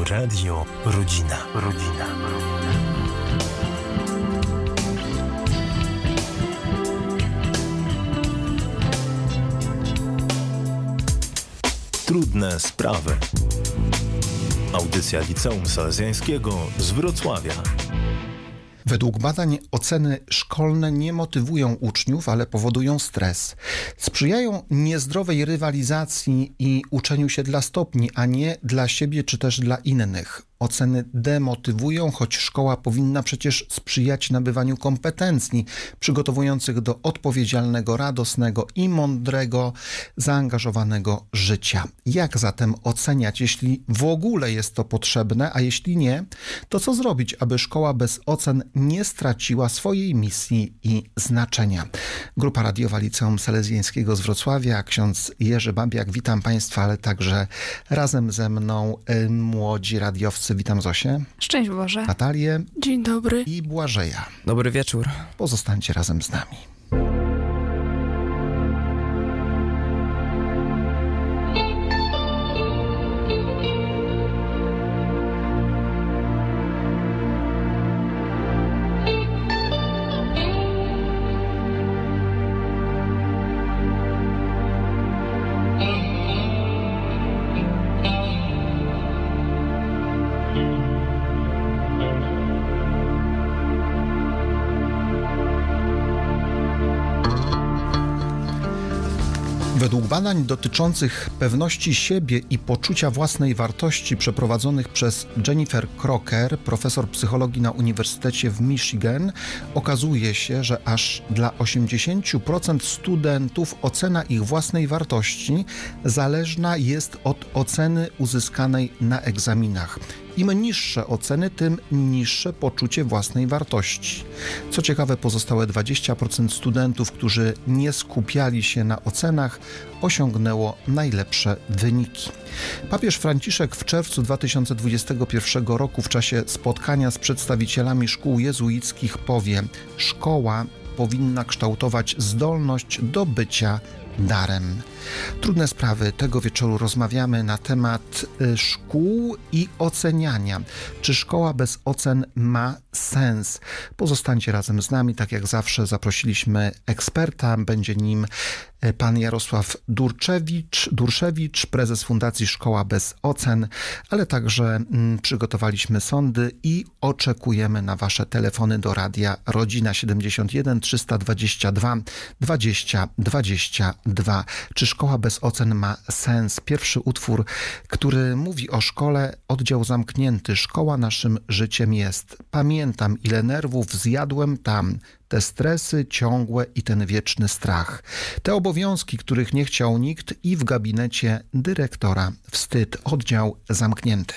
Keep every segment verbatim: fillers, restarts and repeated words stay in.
Tu Radio Rodzina. Rodzina. Trudne sprawy. Audycja Liceum Salezjańskiego z Wrocławia. Według badań oceny szkolne nie motywują uczniów, ale powodują stres. Sprzyjają niezdrowej rywalizacji i uczeniu się dla stopni, a nie dla siebie czy też dla innych. Oceny demotywują, choć szkoła powinna przecież sprzyjać nabywaniu kompetencji przygotowujących do odpowiedzialnego, radosnego i mądrego, zaangażowanego życia. Jak zatem oceniać, jeśli w ogóle jest to potrzebne, a jeśli nie, to co zrobić, aby szkoła bez ocen nie straciła swojej misji i znaczenia? Grupa radiowa Liceum Salezjańskiego z Wrocławia, ksiądz Jerzy Babiak. Witam Państwa, ale także razem ze mną y, młodzi radiowcy. Witam Zosię. Szczęść Boże. Natalię. Dzień dobry. I Błażeja. Dobry wieczór. Pozostańcie razem z nami. Według badań dotyczących pewności siebie i poczucia własnej wartości przeprowadzonych przez Jennifer Crocker, profesor psychologii na Uniwersytecie w Michigan, okazuje się, że aż dla osiemdziesiąt procent studentów ocena ich własnej wartości zależna jest od oceny uzyskanej na egzaminach. Im niższe oceny, tym niższe poczucie własnej wartości. Co ciekawe, pozostałe dwadzieścia procent studentów, którzy nie skupiali się na ocenach, osiągnęło najlepsze wyniki. Papież Franciszek w czerwcu dwa tysiące dwudziestego pierwszego roku w czasie spotkania z przedstawicielami szkół jezuickich powie: szkoła powinna kształtować zdolność do bycia darem. Trudne sprawy. Tego wieczoru rozmawiamy na temat y, szkół i oceniania. Czy szkoła bez ocen ma sens? Pozostańcie razem z nami. Tak jak zawsze zaprosiliśmy eksperta. Będzie nim y, pan Jarosław Durczewicz, Durszewicz, prezes Fundacji Szkoła bez ocen, ale także y, przygotowaliśmy sądy i oczekujemy na wasze telefony do radia Rodzina siedemdziesiąt jeden trzysta dwadzieścia dwa dwadzieścia dwadzieścia dwa. Czy szkoła bez ocen ma sens? Pierwszy utwór, który mówi o szkole, oddział zamknięty. Szkoła naszym życiem jest. Pamiętam, ile nerwów zjadłem tam. Te stresy ciągłe i ten wieczny strach. Te obowiązki, których nie chciał nikt i w gabinecie dyrektora wstyd. Oddział zamknięty.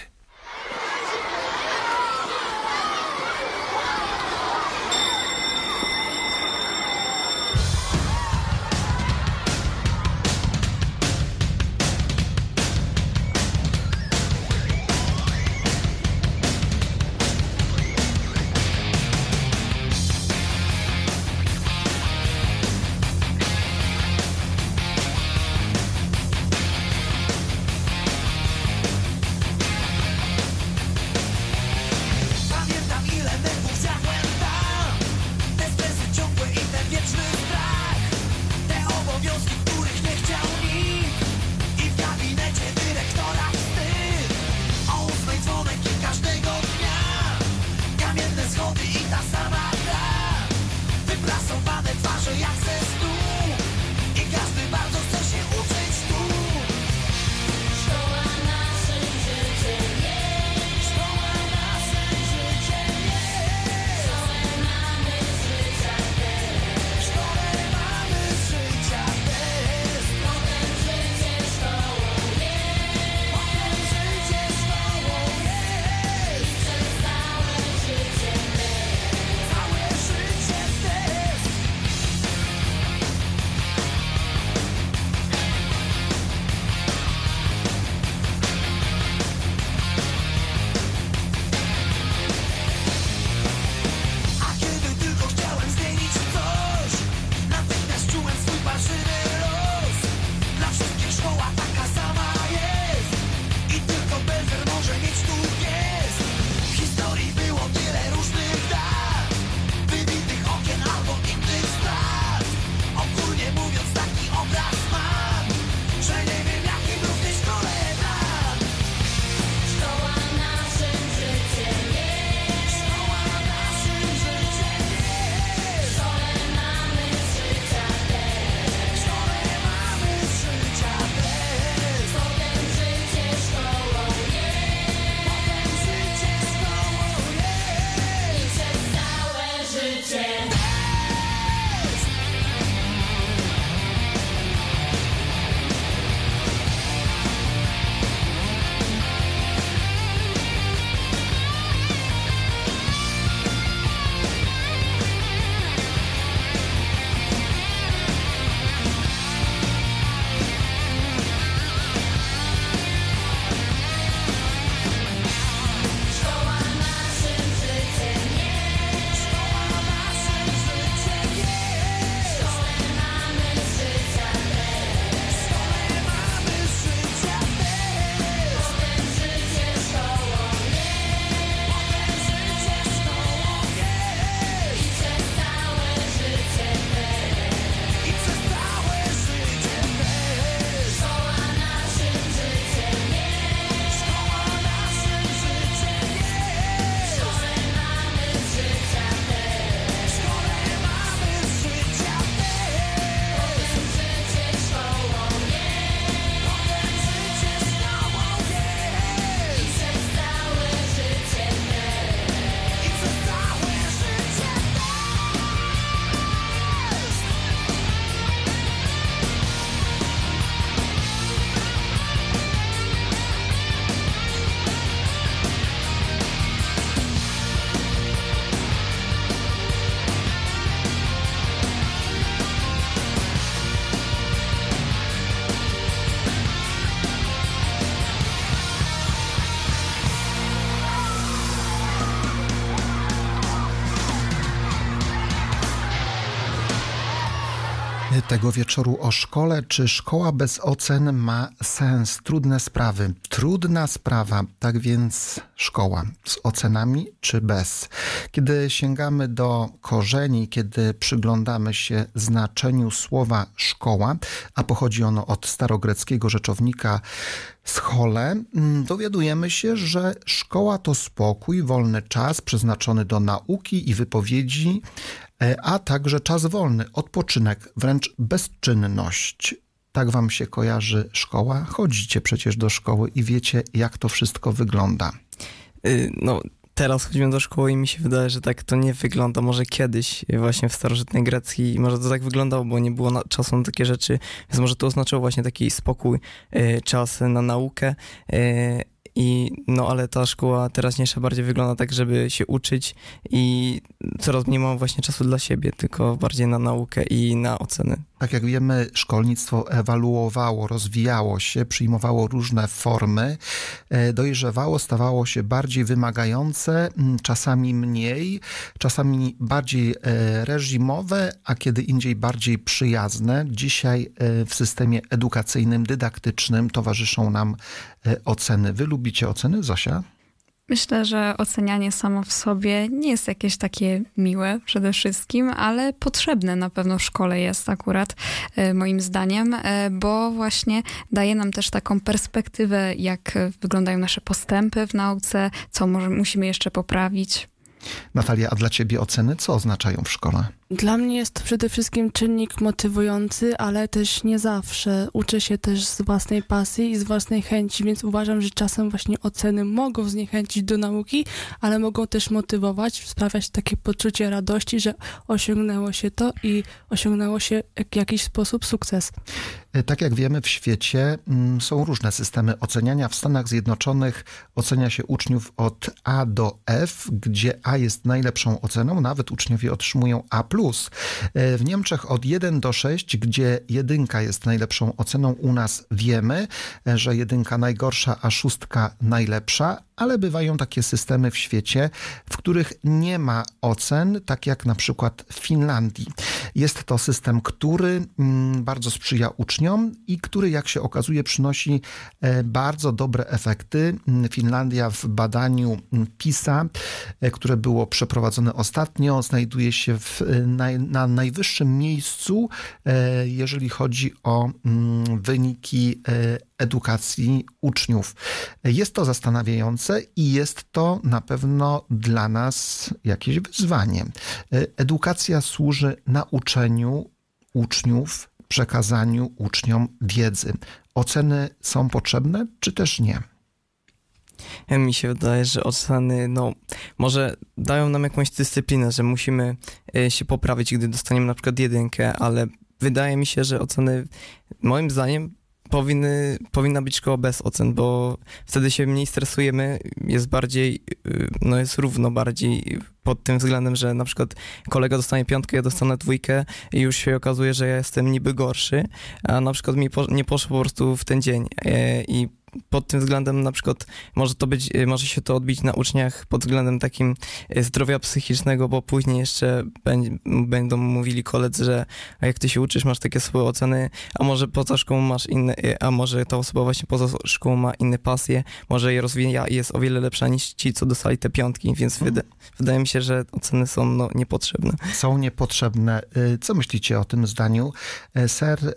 Tego wieczoru o szkole. Czy szkoła bez ocen ma sens? Trudne sprawy. Trudna sprawa. Tak więc szkoła z ocenami czy bez? Kiedy sięgamy do korzeni, kiedy przyglądamy się znaczeniu słowa szkoła, a pochodzi ono od starogreckiego rzeczownika schole, dowiadujemy się, że szkoła to spokój, wolny czas przeznaczony do nauki i wypowiedzi, a także czas wolny, odpoczynek, wręcz bezczynność. Tak wam się kojarzy szkoła? Chodzicie przecież do szkoły i wiecie, jak to wszystko wygląda. No, teraz chodzimy do szkoły i mi się wydaje, że tak to nie wygląda. Może kiedyś właśnie w starożytnej Grecji, może to tak wyglądało, bo nie było na, czasu na takie rzeczy, więc może to oznaczało właśnie taki spokój, czas na naukę. I no, ale ta szkoła teraźniejsza bardziej wygląda tak, żeby się uczyć i coraz mniej mam właśnie czasu dla siebie, tylko bardziej na naukę i na oceny. Tak jak wiemy, szkolnictwo ewoluowało, rozwijało się, przyjmowało różne formy, dojrzewało, stawało się bardziej wymagające, czasami mniej, czasami bardziej reżimowe, a kiedy indziej bardziej przyjazne. Dzisiaj w systemie edukacyjnym, dydaktycznym towarzyszą nam oceny. Wy lubicie oceny, Zosia? Myślę, że ocenianie samo w sobie nie jest jakieś takie miłe przede wszystkim, ale potrzebne na pewno w szkole jest akurat moim zdaniem, bo właśnie daje nam też taką perspektywę, jak wyglądają nasze postępy w nauce, co może musimy jeszcze poprawić. Natalia, a dla ciebie oceny co oznaczają w szkole? Dla mnie jest to przede wszystkim czynnik motywujący, ale też nie zawsze. Uczę się też z własnej pasji i z własnej chęci, więc uważam, że czasem właśnie oceny mogą zniechęcić do nauki, ale mogą też motywować, sprawiać takie poczucie radości, że osiągnęło się to i osiągnęło się w jakiś sposób sukces. Tak jak wiemy, w świecie są różne systemy oceniania. W Stanach Zjednoczonych ocenia się uczniów od A do F, gdzie A jest najlepszą oceną, nawet uczniowie otrzymują A plus. W Niemczech od jeden do sześć, gdzie jedynka jest najlepszą oceną. U nas wiemy, że jedynka najgorsza, a szóstka najlepsza, ale bywają takie systemy w świecie, w których nie ma ocen, tak jak na przykład w Finlandii. Jest to system, który bardzo sprzyja uczniom i który, jak się okazuje, przynosi bardzo dobre efekty. Finlandia w badaniu PISA, które było przeprowadzone ostatnio, znajduje się w, na, na najwyższym miejscu, jeżeli chodzi o wyniki edukacji uczniów. Jest to zastanawiające i jest to na pewno dla nas jakieś wyzwanie. Edukacja służy nauczeniu uczniów, przekazaniu uczniom wiedzy. Oceny są potrzebne, czy też nie? Mi się wydaje, że oceny, no, może dają nam jakąś dyscyplinę, że musimy się poprawić, gdy dostaniemy na przykład jedynkę, ale wydaje mi się, że oceny, moim zdaniem, Powinny, powinna być szkoła bez ocen, bo wtedy się mniej stresujemy, jest bardziej, no jest równo bardziej pod tym względem, że na przykład kolega dostanie piątkę, ja dostanę dwójkę i już się okazuje, że ja jestem niby gorszy, a na przykład mi po, nie poszło po prostu w ten dzień i pod tym względem na przykład może to być, może się to odbić na uczniach pod względem takim zdrowia psychicznego, bo później jeszcze będą mówili koledzy, że a jak ty się uczysz, masz takie swoje oceny, a może poza szkołą masz inne, a może ta osoba właśnie poza szkołą ma inne pasje, może je rozwija i jest o wiele lepsza niż ci, co dostali te piątki, więc wyda, wydaje mi się, że oceny są no, niepotrzebne. Są niepotrzebne. Co myślicie o tym zdaniu? Sir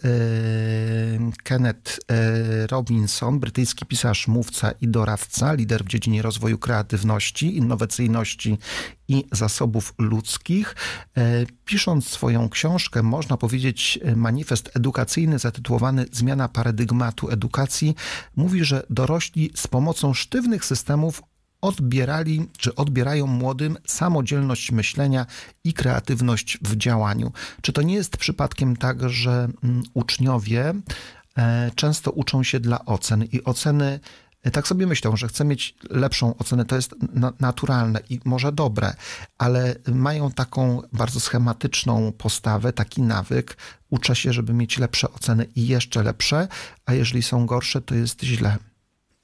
Kenneth Robinson, brytyjski pisarz, mówca i doradca, lider w dziedzinie rozwoju kreatywności, innowacyjności i zasobów ludzkich. Pisząc swoją książkę, można powiedzieć manifest edukacyjny zatytułowany Zmiana paradygmatu edukacji, mówi, że dorośli z pomocą sztywnych systemów odbierali, czy odbierają młodym samodzielność myślenia i kreatywność w działaniu. Czy to nie jest przypadkiem tak, że uczniowie często uczą się dla ocen i oceny, tak sobie myślą, że chcę mieć lepszą ocenę, to jest na- naturalne i może dobre, ale mają taką bardzo schematyczną postawę, taki nawyk, uczę się, żeby mieć lepsze oceny i jeszcze lepsze, a jeżeli są gorsze, to jest źle.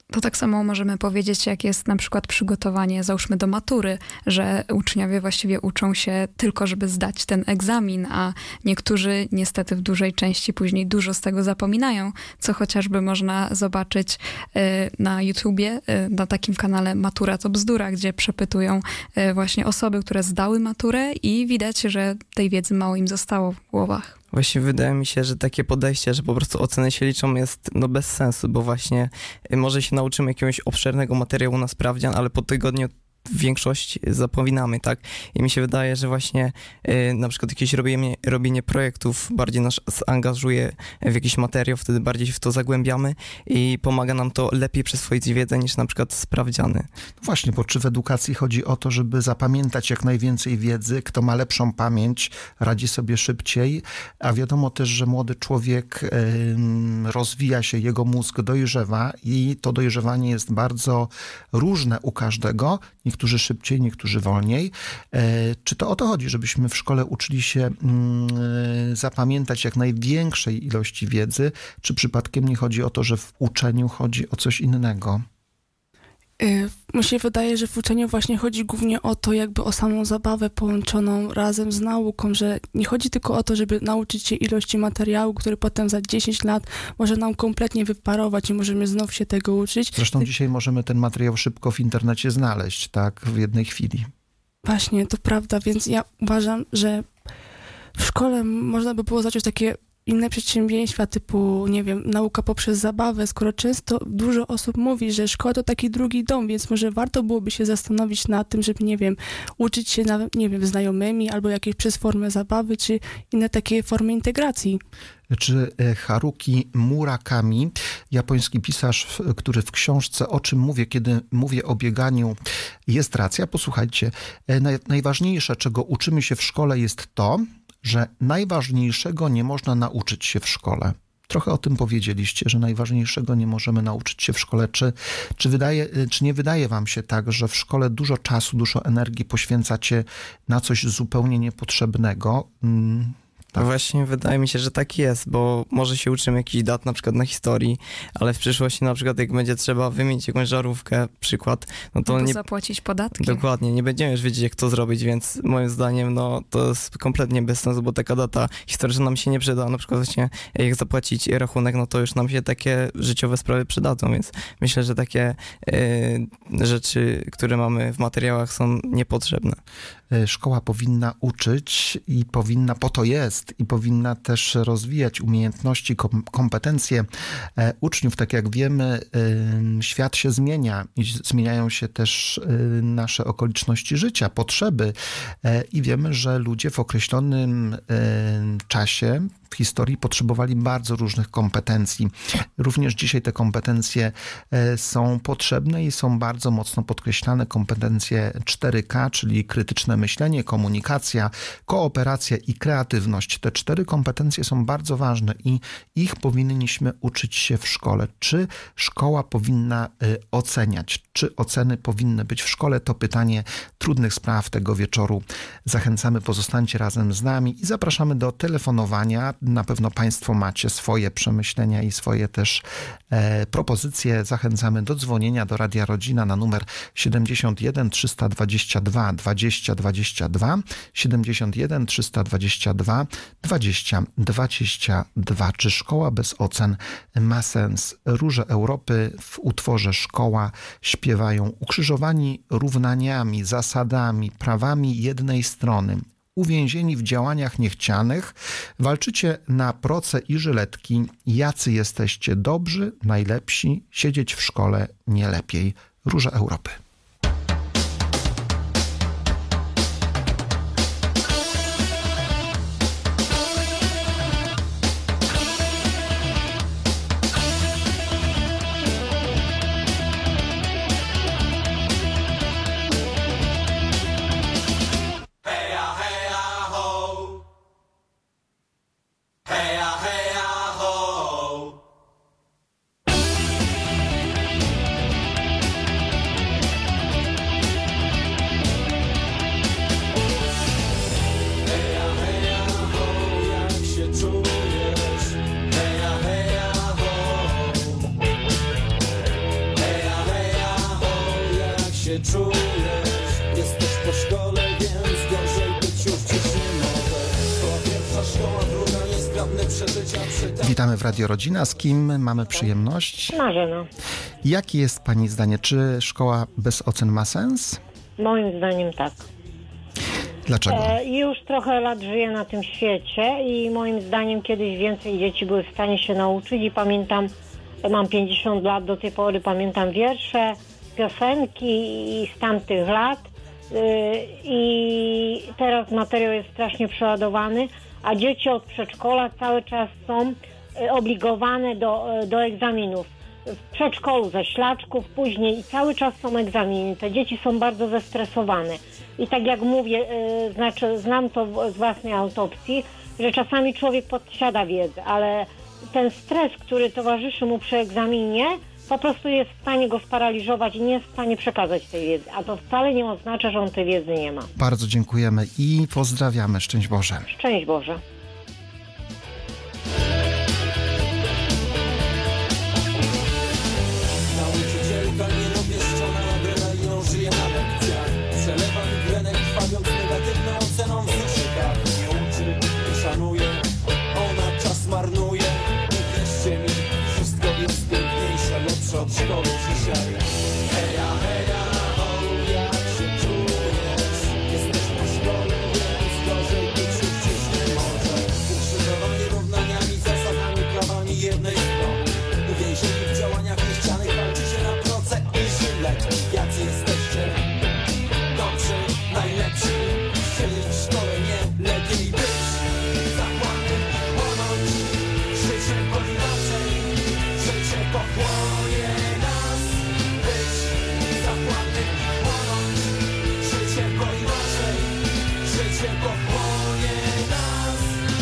To tak samo możemy powiedzieć, jak jest na przykład przygotowanie, załóżmy do matury, że uczniowie właściwie uczą się tylko, żeby zdać ten egzamin, a niektórzy niestety w dużej części później dużo z tego zapominają, co chociażby można zobaczyć y, na YouTubie, y, na takim kanale Matura to bzdura, gdzie przepytują y, właśnie osoby, które zdały maturę i widać, że tej wiedzy mało im zostało w głowach. Właśnie wydaje mi się, że takie podejście, że po prostu oceny się liczą, jest no bez sensu, bo właśnie może się nauczymy jakiegoś obszernego materiału na sprawdzian, ale po tygodniu większość zapominamy, tak? I mi się wydaje, że właśnie y, na przykład jakieś robienie, robienie projektów bardziej nas angażuje w jakiś materiał, wtedy bardziej się w to zagłębiamy i pomaga nam to lepiej przyswoić wiedzę niż na przykład sprawdziany. No właśnie, bo czy w edukacji chodzi o to, żeby zapamiętać jak najwięcej wiedzy, kto ma lepszą pamięć, radzi sobie szybciej, a wiadomo też, że młody człowiek y, rozwija się, jego mózg dojrzewa i to dojrzewanie jest bardzo różne u każdego. Niektórzy szybciej, niektórzy wolniej. Czy to o to chodzi, żebyśmy w szkole uczyli się zapamiętać jak największej ilości wiedzy, czy przypadkiem nie chodzi o to, że w uczeniu chodzi o coś innego? Mi się wydaje, że w uczeniu właśnie chodzi głównie o to, jakby o samą zabawę połączoną razem z nauką, że nie chodzi tylko o to, żeby nauczyć się ilości materiału, który potem za dziesięć lat może nam kompletnie wyparować i możemy znów się tego uczyć. Zresztą dzisiaj możemy ten materiał szybko w internecie znaleźć, tak, w jednej chwili. Właśnie, to prawda, więc ja uważam, że w szkole można by było zacząć takie inne przedsięwzięcia typu, nie wiem, nauka poprzez zabawę, skoro często dużo osób mówi, że szkoła to taki drugi dom, więc może warto byłoby się zastanowić nad tym, żeby, nie wiem, uczyć się, na, nie wiem, znajomymi albo jakieś przez formę zabawy, czy inne takie formy integracji. Czy Haruki Murakami, japoński pisarz, który w książce O czym mówię, kiedy mówię o bieganiu, jest racja? Posłuchajcie, najważniejsze, czego uczymy się w szkole, jest to, że najważniejszego nie można nauczyć się w szkole. Trochę o tym powiedzieliście, że najważniejszego nie możemy nauczyć się w szkole. Czy, czy, wydaje, czy nie wydaje wam się tak, że w szkole dużo czasu, dużo energii poświęcacie na coś zupełnie niepotrzebnego? Hmm. Tak. Właśnie wydaje mi się, że tak jest, bo może się uczymy jakichś dat na przykład na historii, ale w przyszłości na przykład jak będzie trzeba wymienić jakąś żarówkę, przykład, no to Albo nie... zapłacić podatki. Dokładnie, nie będziemy już wiedzieć jak to zrobić, więc moim zdaniem no to jest kompletnie bez sensu, bo taka data historyczna nam się nie przyda, na przykład właśnie jak zapłacić rachunek, no to już nam się takie życiowe sprawy przydadzą, więc myślę, że takie y, rzeczy, które mamy w materiałach są niepotrzebne. Szkoła powinna uczyć i powinna, po to jest, i powinna też rozwijać umiejętności, kompetencje uczniów. Tak jak wiemy, świat się zmienia i zmieniają się też nasze okoliczności życia, potrzeby i wiemy, że ludzie w określonym czasie w historii potrzebowali bardzo różnych kompetencji. Również dzisiaj te kompetencje są potrzebne i są bardzo mocno podkreślane. Kompetencje cztery K, czyli krytyczne myślenie, komunikacja, kooperacja i kreatywność. Te cztery kompetencje są bardzo ważne i ich powinniśmy uczyć się w szkole. Czy szkoła powinna oceniać? Czy oceny powinny być w szkole? To pytanie trudnych spraw tego wieczoru. Zachęcamy, pozostańcie razem z nami i zapraszamy do telefonowania. Na pewno Państwo macie swoje przemyślenia i swoje też e, propozycje. Zachęcamy do dzwonienia do Radia Rodzina na numer siedemdziesiąt jeden trzysta dwadzieścia dwa dwadzieścia dwadzieścia dwa, siedemdziesiąt jeden trzysta dwadzieścia dwa dwadzieścia dwadzieścia dwa. Czy szkoła bez ocen ma sens? Róże Europy w utworze Szkoła śpiewają ukrzyżowani równaniami, zasadami, prawami jednej strony. Uwięzieni w działaniach niechcianych, walczycie na proce i żyletki. Jacy jesteście dobrzy, najlepsi, siedzieć w szkole nie lepiej. Róże Europy. się czujesz? Jesteś po szkole, więc gorzej być już dziś nie może. Szkoła pierwsza, szkoła druga, niezgrabne przeżycia przy... Witamy w Radio Rodzina. Z kim mamy przyjemność? Marzena. Jakie jest pani zdanie? Czy szkoła bez ocen ma sens? Moim zdaniem tak. Dlaczego? E, już trochę lat żyję na tym świecie i moim zdaniem kiedyś więcej dzieci były w stanie się nauczyć i pamiętam, mam pięćdziesiąt lat, do tej pory pamiętam wiersze, piosenki i z tamtych lat y, i teraz materiał jest strasznie przeładowany, a dzieci od przedszkola cały czas są y, obligowane do, y, do egzaminów. W przedszkolu ze ślaczków, później i cały czas są egzaminy. Te dzieci są bardzo zestresowane. I tak jak mówię, yy, znaczy znam to w, z własnej autopsji, że czasami człowiek podsiada wiedzę, ale ten stres, który towarzyszy mu przy egzaminie, po prostu jest w stanie go sparaliżować i nie jest w stanie przekazać tej wiedzy. A to wcale nie oznacza, że on tej wiedzy nie ma. Bardzo dziękujemy i pozdrawiamy. Szczęść Boże. Szczęść Boże. Nauczycielka niedopieszczona nabiera i ją żyje na lekcjach. Przelewa migrenę krwawiąc negatywną oceną w zeszytach. Nie uczy, nie szanuje, ona czas marnuje. Uwierzcie mi, wszystko jest piękniejsze, lepsze od szkoły dzisiaj. Heja, heja, o, jak się czujesz? Jesteś po szkole, więc gorzej być już dziś nie może. Ukrzyżowani równaniami, zasadami, prawami jednej strony. Uwięzieni w działaniach niechcianych, walczycie na proce i żylek. Jacy jesteście? Dobrzy, najlepsi. Siedzieć w szkole nie lepiej być. Zapłany, płonąć. Życie bo inaczej. Życie pochłonie nas. Być zapłany, płonąć. Życie bo inaczej. Życie pochłonie nas.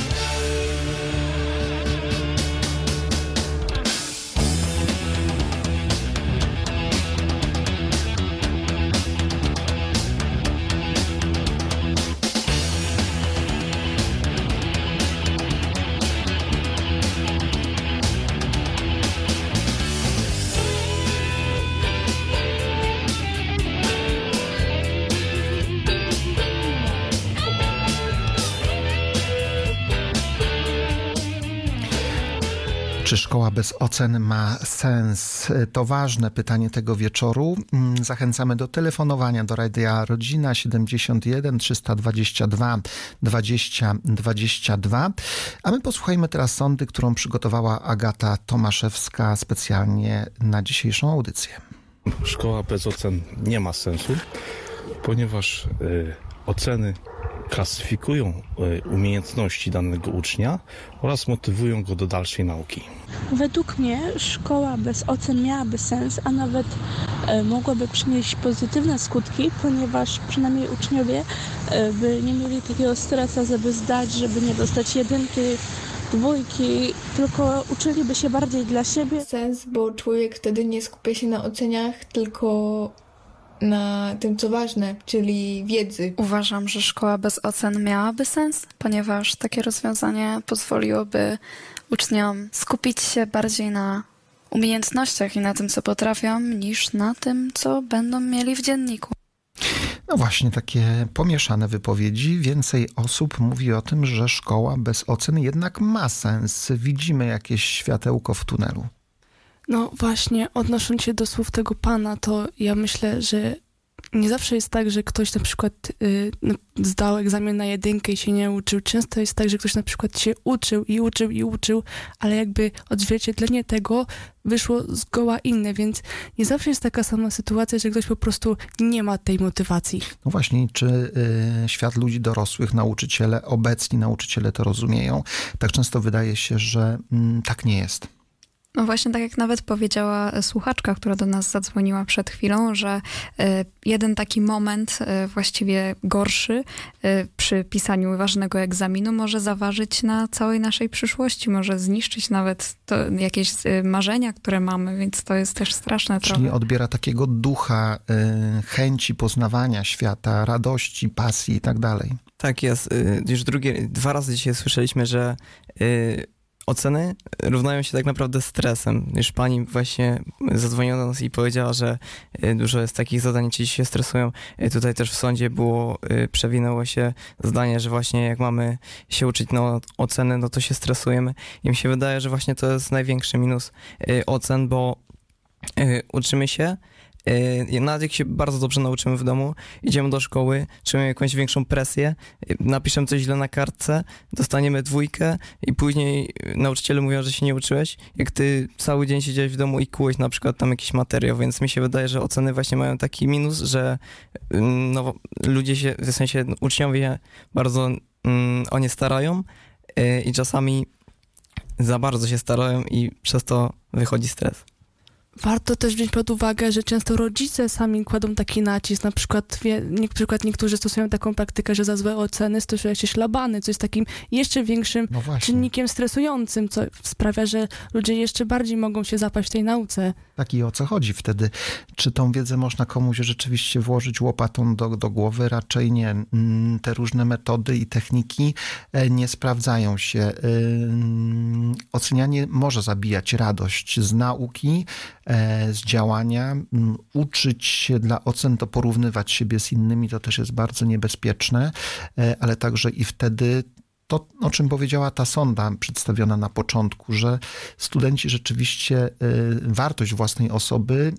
Czy szkoła bez ocen ma sens? To ważne pytanie tego wieczoru. Zachęcamy do telefonowania do Radia Rodzina siedemdziesiąt jeden trzysta dwadzieścia dwa dwadzieścia dwadzieścia dwa. A my posłuchajmy teraz sondy, którą przygotowała Agata Tomaszewska specjalnie na dzisiejszą audycję. Szkoła bez ocen nie ma sensu, ponieważ y, oceny klasyfikują y, umiejętności danego ucznia oraz motywują go do dalszej nauki. Według mnie szkoła bez ocen miałaby sens, a nawet e, mogłaby przynieść pozytywne skutki, ponieważ przynajmniej uczniowie e, by nie mieli takiego stresa, żeby zdać, żeby nie dostać jedynki, dwójki, tylko uczyliby się bardziej dla siebie. Sens, bo człowiek wtedy nie skupia się na oceniach, tylko na tym, co ważne, czyli wiedzy. Uważam, że szkoła bez ocen miałaby sens, ponieważ takie rozwiązanie pozwoliłoby uczniom skupić się bardziej na umiejętnościach i na tym, co potrafią, niż na tym, co będą mieli w dzienniku. No właśnie, takie pomieszane wypowiedzi. Więcej osób mówi o tym, że szkoła bez ocen jednak ma sens. Widzimy jakieś światełko w tunelu. No właśnie, odnosząc się do słów tego pana, to ja myślę, że nie zawsze jest tak, że ktoś na przykład y, zdał egzamin na jedynkę i się nie uczył. Często jest tak, że ktoś na przykład się uczył i uczył i uczył, ale jakby odzwierciedlenie tego wyszło zgoła inne, więc nie zawsze jest taka sama sytuacja, że ktoś po prostu nie ma tej motywacji. No właśnie, czy y, świat ludzi dorosłych, nauczyciele, obecni nauczyciele to rozumieją? Tak często wydaje się, że mm, tak nie jest. No właśnie, tak jak nawet powiedziała słuchaczka, która do nas zadzwoniła przed chwilą, że jeden taki moment, właściwie gorszy, przy pisaniu ważnego egzaminu może zaważyć na całej naszej przyszłości, może zniszczyć nawet to jakieś marzenia, które mamy, więc to jest też straszne trochę. Czyli odbiera takiego ducha, chęci poznawania świata, radości, pasji i tak dalej. Tak jest. Już drugie, dwa razy dzisiaj słyszeliśmy, że oceny równają się tak naprawdę stresem. Już pani właśnie zadzwoniła do nas i powiedziała, że y, dużo jest takich zadań, ci się stresują. Y, tutaj też w sądzie było, y, przewinęło się zdanie, że właśnie jak mamy się uczyć na oceny, no to się stresujemy. I mi się wydaje, że właśnie to jest największy minus y, ocen, bo y, uczymy się, Yy, nawet jak się bardzo dobrze nauczymy w domu, idziemy do szkoły, czujemy jakąś większą presję, yy, napiszemy coś źle na kartce, dostaniemy dwójkę i później nauczyciele mówią, że się nie uczyłeś, jak ty cały dzień siedziałeś w domu i kułeś na przykład tam jakiś materiał, więc mi się wydaje, że oceny właśnie mają taki minus, że yy, no, ludzie się, w sensie uczniowie bardzo yy, o nie starają yy, i czasami za bardzo się starają i przez to wychodzi stres. Warto też wziąć pod uwagę, że często rodzice sami kładą taki nacisk. Na przykład, wie, nie, przykład niektórzy stosują taką praktykę, że za złe oceny stosuje się szlabany, co jest takim jeszcze większym No właśnie. czynnikiem stresującym, co sprawia, że ludzie jeszcze bardziej mogą się zapaść w tej nauce. Tak, i o co chodzi wtedy? Czy tą wiedzę można komuś rzeczywiście włożyć łopatą do, do głowy? Raczej nie. Te różne metody i techniki nie sprawdzają się. Ocenianie może zabijać radość z nauki, z działania. Uczyć się dla ocen to porównywać siebie z innymi, to też jest bardzo niebezpieczne, ale także i wtedy to, o czym powiedziała ta sonda przedstawiona na początku, że studenci rzeczywiście wartość własnej osoby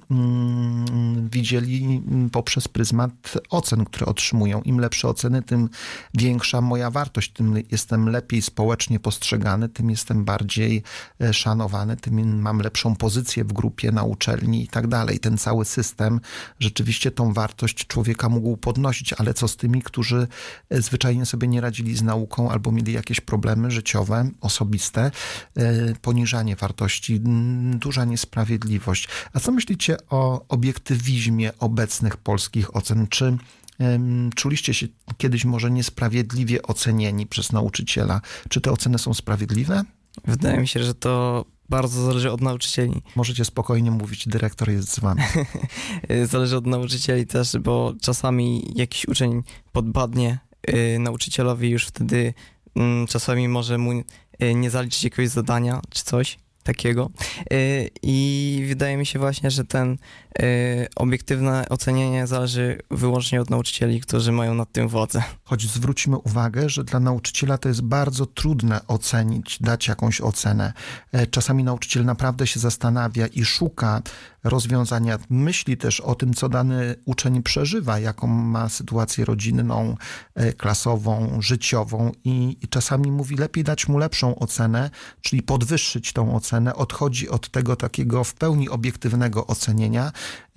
widzieli poprzez pryzmat ocen, które otrzymują. Im lepsze oceny, tym większa moja wartość, tym jestem lepiej społecznie postrzegany, tym jestem bardziej szanowany, tym mam lepszą pozycję w grupie, na uczelni i tak dalej. Ten cały system rzeczywiście tą wartość człowieka mógł podnosić, ale co z tymi, którzy zwyczajnie sobie nie radzili z nauką albo mieli jakieś problemy życiowe, osobiste, poniżanie wartości, duża niesprawiedliwość. A co myślicie o obiektywizmie obecnych polskich ocen? Czy um, czuliście się kiedyś może niesprawiedliwie ocenieni przez nauczyciela? Czy te oceny są sprawiedliwe? Wydaje mi się, że to bardzo zależy od nauczycieli. Możecie spokojnie mówić, dyrektor jest z wami. Zależy od nauczycieli też, bo czasami jakiś uczeń podbadnie y, nauczycielowi, już wtedy y, czasami może mu y, nie zaliczyć jakiegoś zadania czy coś takiego. Y, I wydaje mi się właśnie, że ten y, obiektywne ocenienie zależy wyłącznie od nauczycieli, którzy mają nad tym władzę. Choć zwróćmy uwagę, że dla nauczyciela to jest bardzo trudne ocenić, dać jakąś ocenę. Czasami nauczyciel naprawdę się zastanawia i szuka rozwiązania. Myśli też o tym, co dany uczeń przeżywa, jaką ma sytuację rodzinną, klasową, życiową i, i czasami mówi, lepiej dać mu lepszą ocenę, czyli podwyższyć tą ocenę. Odchodzi od tego takiego w pełni obiektywnego ocenienia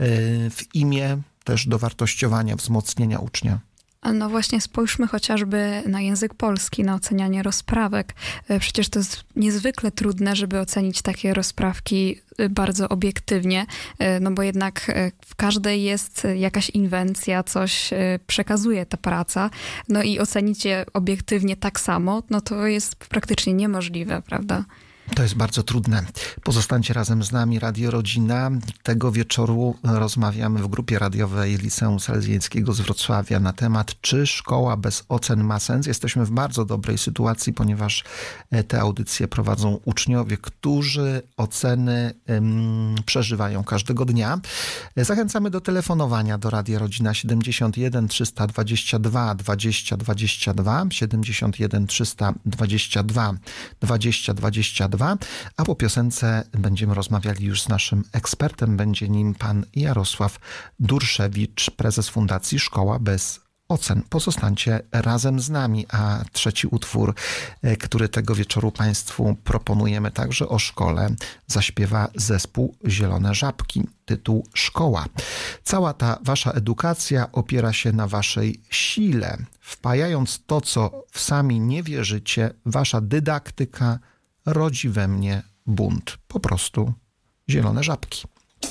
w imię też dowartościowania, wzmocnienia ucznia. No właśnie, spójrzmy chociażby na język polski, na ocenianie rozprawek. Przecież to jest niezwykle trudne, żeby ocenić takie rozprawki bardzo obiektywnie, no bo jednak w każdej jest jakaś inwencja, coś przekazuje ta praca, no i ocenić je obiektywnie tak samo, no to jest praktycznie niemożliwe, prawda? To jest bardzo trudne. Pozostańcie razem z nami, Radio Rodzina. Tego wieczoru rozmawiamy w grupie radiowej Liceum Salezjańskiego z Wrocławia na temat, czy szkoła bez ocen ma sens. Jesteśmy w bardzo dobrej sytuacji, ponieważ te audycje prowadzą uczniowie, którzy oceny um, przeżywają każdego dnia. Zachęcamy do telefonowania do Radia Rodzina siedemdziesiąt jeden trzysta dwadzieścia dwa dwadzieścia dwadzieścia dwa, siedemdziesiąt jeden trzysta dwadzieścia dwa dwadzieścia dwadzieścia dwa. A po piosence będziemy rozmawiali już z naszym ekspertem. Będzie nim pan Jarosław Durszewicz, prezes Fundacji Szkoła bez ocen. Pozostańcie razem z nami, a trzeci utwór, który tego wieczoru państwu proponujemy także o szkole, zaśpiewa zespół Zielone Żabki. Tytuł Szkoła. Cała ta wasza edukacja opiera się na waszej sile. Wpajając to, co w sami nie wierzycie, wasza dydaktyka rodzi we mnie bunt. Po prostu zielone żabki.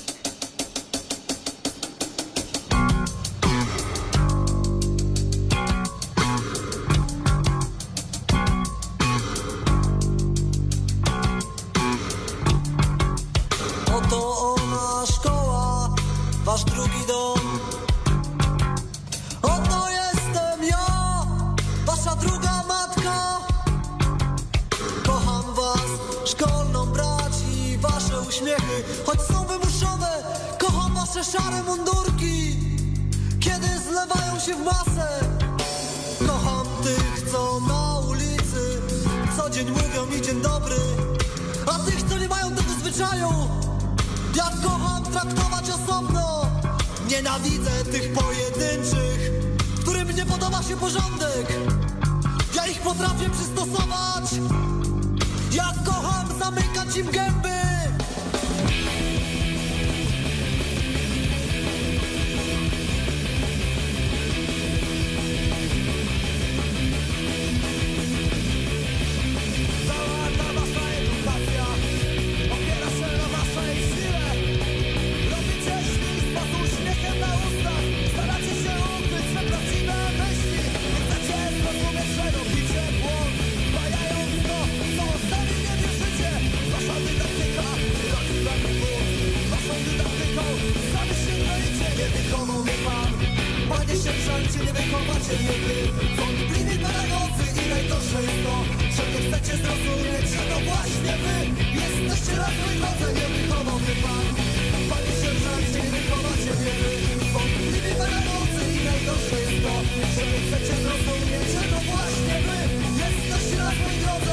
Oto ona szkoła, wasz drugi dom. Oto jestem ja, wasza druga matka. Kocham was uśmiechy, choć są wymuszone. Kocham wasze szare mundurki, kiedy zlewają się w masę. Kocham tych, co na ulicy co dzień mówią mi dzień dobry, a tych, co nie mają tego zwyczaju, ja kocham traktować osobno. Nienawidzę tych pojedynczych, którym nie podoba się porządek. Ja ich potrafię przystosować. Ja kocham zamykać im gęby. Sierżancie, nie wychowacie nieby. Wątpliwi pedagodzy i najgorsze jest to, że nie chcecie zrozumieć, że to właśnie wy jesteście na złej drodze. Nie wychował mnie pan. Panie sierżancie, nie wychowacie nieby. Wątpliwi pedagodzy i najgorsze jest to, że nie chcecie zrozumieć, że to właśnie wy jesteście na złej drodze.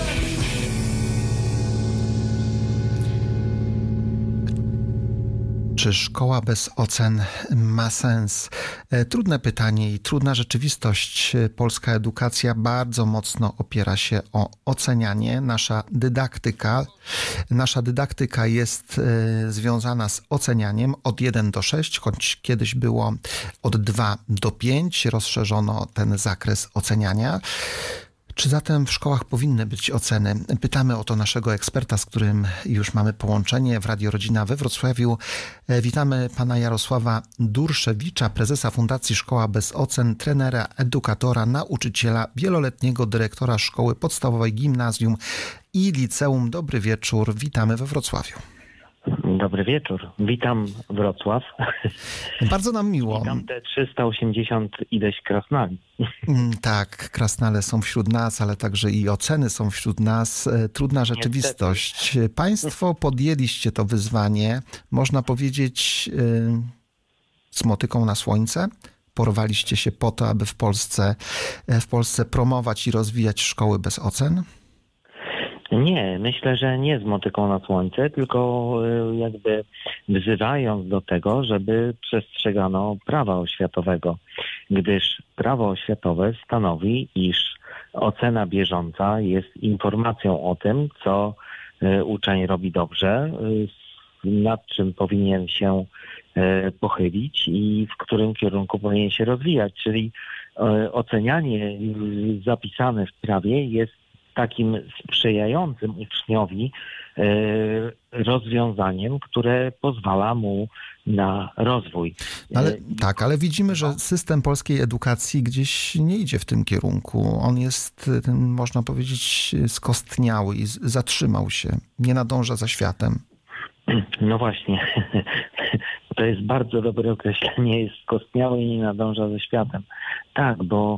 Czy szkoła bez ocen ma sens? Trudne pytanie i trudna rzeczywistość. Polska edukacja bardzo mocno opiera się o ocenianie. Nasza dydaktyka, nasza dydaktyka jest związana z ocenianiem od jeden do sześciu, choć kiedyś było od dwa do pięciu. Rozszerzono ten zakres oceniania. Czy zatem w szkołach powinny być oceny? Pytamy o to naszego eksperta, z którym już mamy połączenie w Radio Rodzina we Wrocławiu. Witamy pana Jarosława Durszewicza, prezesa Fundacji Szkoła Bez Ocen, trenera, edukatora, nauczyciela, wieloletniego dyrektora szkoły podstawowej, gimnazjum i liceum. Dobry wieczór, witamy we Wrocławiu. Dobry wieczór. Witam Wrocław. Bardzo nam miło. Witam te trzysta osiemdziesiąt ileś krasnali. Tak, krasnale są wśród nas, ale także i oceny są wśród nas. Trudna rzeczywistość. Niestety. Państwo podjęliście to wyzwanie, można powiedzieć, z motyką na słońce. Porwaliście się po to, aby w Polsce, w Polsce promować i rozwijać szkoły bez ocen? Nie, myślę, że nie z motyką na słońce, tylko jakby wzywając do tego, żeby przestrzegano prawa oświatowego, gdyż prawo oświatowe stanowi, iż ocena bieżąca jest informacją o tym, co uczeń robi dobrze, nad czym powinien się pochylić i w którym kierunku powinien się rozwijać. Czyli ocenianie zapisane w prawie jest takim sprzyjającym uczniowi rozwiązaniem, które pozwala mu na rozwój. Ale, tak, ale widzimy, że system polskiej edukacji gdzieś nie idzie w tym kierunku. On jest, można powiedzieć, skostniały i zatrzymał się. Nie nadąża za światem. No właśnie. To jest bardzo dobre określenie. Jest skostniały i nie nadąża ze światem. Tak, bo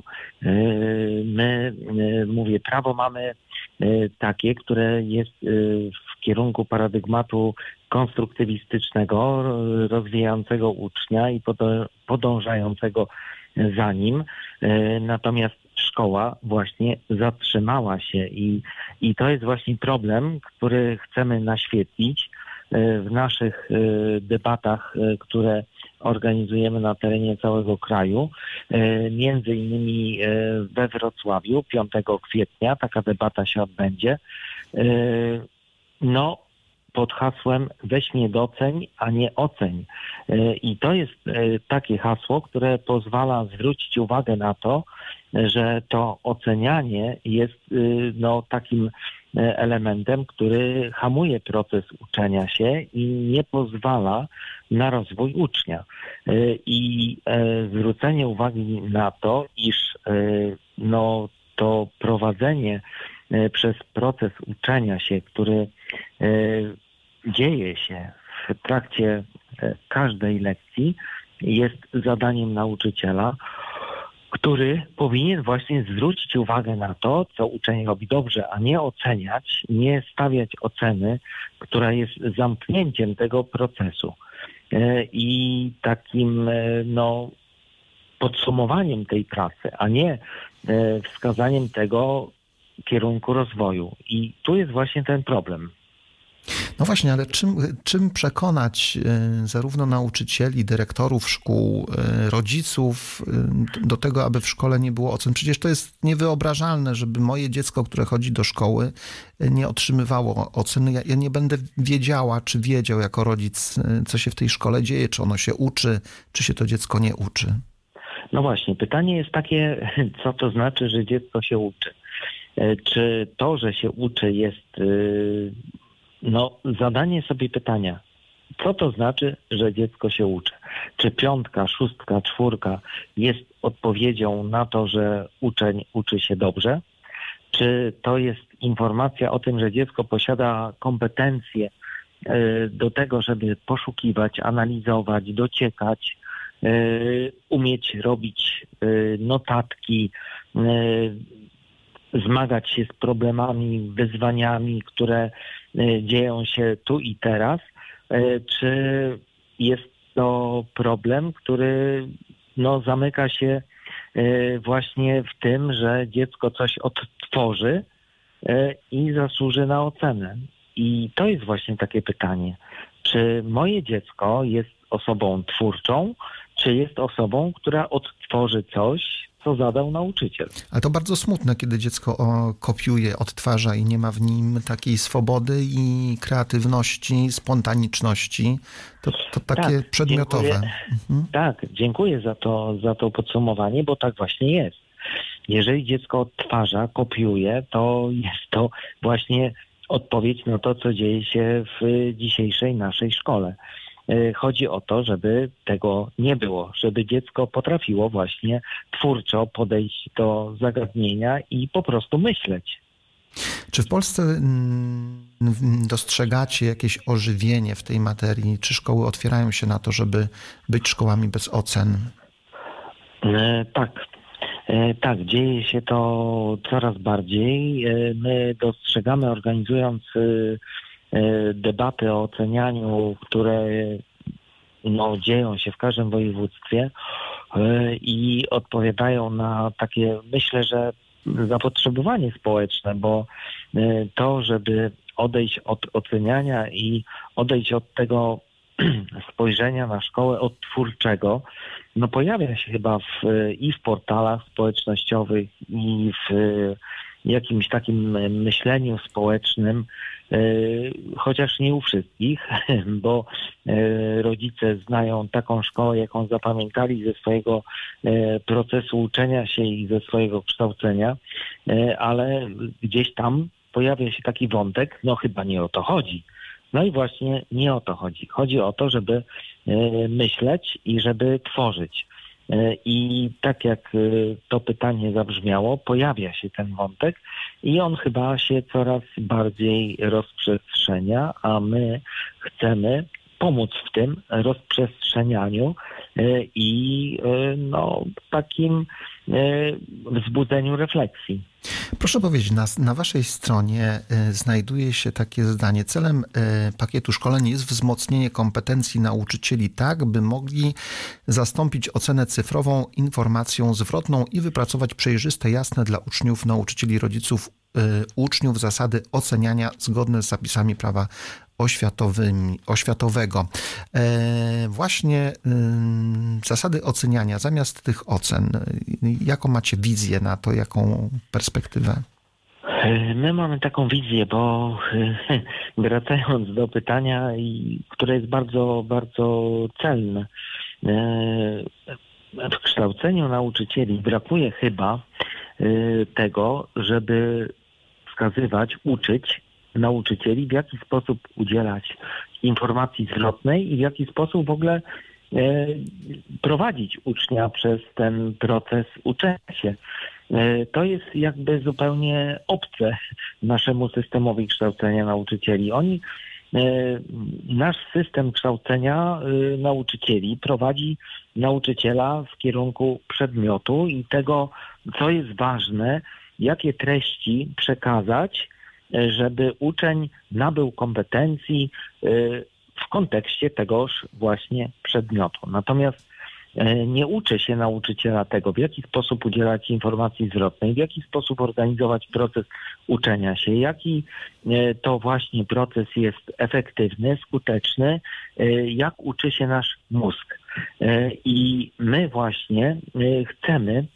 my, mówię, prawo mamy takie, które jest w kierunku paradygmatu konstruktywistycznego, rozwijającego ucznia i podążającego za nim. Natomiast szkoła właśnie zatrzymała się i, i to jest właśnie problem, który chcemy naświetlić w naszych debatach, które organizujemy na terenie całego kraju. Między innymi we Wrocławiu piątego kwietnia taka debata się odbędzie. No, pod hasłem weź nie doceń, a nie oceń. I to jest takie hasło, które pozwala zwrócić uwagę na to, że to ocenianie jest no, takim elementem, który hamuje proces uczenia się i nie pozwala na rozwój ucznia. I zwrócenie uwagi na to, iż no, to prowadzenie przez proces uczenia się, który dzieje się w trakcie każdej lekcji, jest zadaniem nauczyciela. który powinien właśnie zwrócić uwagę na to, co uczeń robi dobrze, a nie oceniać, nie stawiać oceny, która jest zamknięciem tego procesu i takim no, podsumowaniem tej pracy, a nie wskazaniem tego kierunku rozwoju. I tu jest właśnie ten problem. No właśnie, ale czym, czym przekonać zarówno nauczycieli, dyrektorów szkół, rodziców do tego, aby w szkole nie było ocen? Przecież to jest niewyobrażalne, żeby moje dziecko, które chodzi do szkoły, nie otrzymywało oceny. Ja, ja nie będę wiedziała, czy wiedział jako rodzic, co się w tej szkole dzieje, czy ono się uczy, czy się to dziecko nie uczy. No właśnie, pytanie jest takie, co to znaczy, że dziecko się uczy? Czy to, że się uczy jest... No, zadanie sobie pytania, co to znaczy, że dziecko się uczy? Czy piątka, szóstka, czwórka jest odpowiedzią na to, że uczeń uczy się dobrze? Czy to jest informacja o tym, że dziecko posiada kompetencje do tego, żeby poszukiwać, analizować, dociekać, umieć robić notatki, zmagać się z problemami, wyzwaniami, które dzieją się tu i teraz, czy jest to problem, który no, zamyka się właśnie w tym, że dziecko coś odtworzy i zasłuży na ocenę. I to jest właśnie takie pytanie, czy moje dziecko jest osobą twórczą, czy jest osobą, która odtworzy coś, co zadał nauczyciel. Ale to bardzo smutne, kiedy dziecko o, kopiuje, odtwarza i nie ma w nim takiej swobody i kreatywności, spontaniczności. To, to takie tak, przedmiotowe. Dziękuję. Mhm. Tak, dziękuję za to, za to podsumowanie, bo tak właśnie jest. Jeżeli dziecko odtwarza, kopiuje, to jest to właśnie odpowiedź na to, co dzieje się w dzisiejszej naszej szkole. Chodzi o to, żeby tego nie było, żeby dziecko potrafiło właśnie twórczo podejść do zagadnienia i po prostu myśleć. Czy w Polsce dostrzegacie jakieś ożywienie w tej materii? Czy szkoły otwierają się na to, żeby być szkołami bez ocen? Tak. Tak, dzieje się to coraz bardziej. My dostrzegamy, organizując debaty o ocenianiu, które no, dzieją się w każdym województwie i odpowiadają na takie, myślę, że zapotrzebowanie społeczne, bo to, żeby odejść od oceniania i odejść od tego spojrzenia na szkołę odtwórczego, no pojawia się chyba w, i w portalach społecznościowych, i w jakimś takim myśleniu społecznym, chociaż nie u wszystkich, bo rodzice znają taką szkołę, jaką zapamiętali ze swojego procesu uczenia się i ze swojego kształcenia, ale gdzieś tam pojawia się taki wątek, no chyba nie o to chodzi. No i właśnie nie o to chodzi. Chodzi o to, żeby myśleć i żeby tworzyć. I tak jak to pytanie zabrzmiało, pojawia się ten wątek i on chyba się coraz bardziej rozprzestrzenia, a my chcemy pomóc w tym rozprzestrzenianianiu i no, takim wzbudzeniu refleksji. Proszę powiedzieć, na, na waszej stronie y, znajduje się takie zdanie. Celem y, pakietu szkoleń jest wzmocnienie kompetencji nauczycieli tak, by mogli zastąpić ocenę cyfrową informacją zwrotną i wypracować przejrzyste, jasne dla uczniów, nauczycieli, rodziców, y, uczniów zasady oceniania zgodne z zapisami prawa oświatowymi, oświatowego. E, właśnie e, zasady oceniania, zamiast tych ocen, jaką macie wizję na to, jaką perspektywę? My mamy taką wizję, bo wracając do pytania, które jest bardzo, bardzo celne, w kształceniu nauczycieli brakuje chyba tego, żeby wskazywać, uczyć nauczycieli, w jaki sposób udzielać informacji zwrotnej i w jaki sposób w ogóle e, prowadzić ucznia przez ten proces uczenia się. E, to jest jakby zupełnie obce naszemu systemowi kształcenia nauczycieli. Oni nasz system kształcenia nauczycieli prowadzi nauczyciela w kierunku przedmiotu i tego, co jest ważne, jakie treści przekazać, żeby uczeń nabył kompetencji w kontekście tegoż właśnie przedmiotu. Natomiast nie uczy się nauczyciela tego, w jaki sposób udzielać informacji zwrotnej, w jaki sposób organizować proces uczenia się, jaki to właśnie proces jest efektywny, skuteczny, jak uczy się nasz mózg. I my właśnie chcemy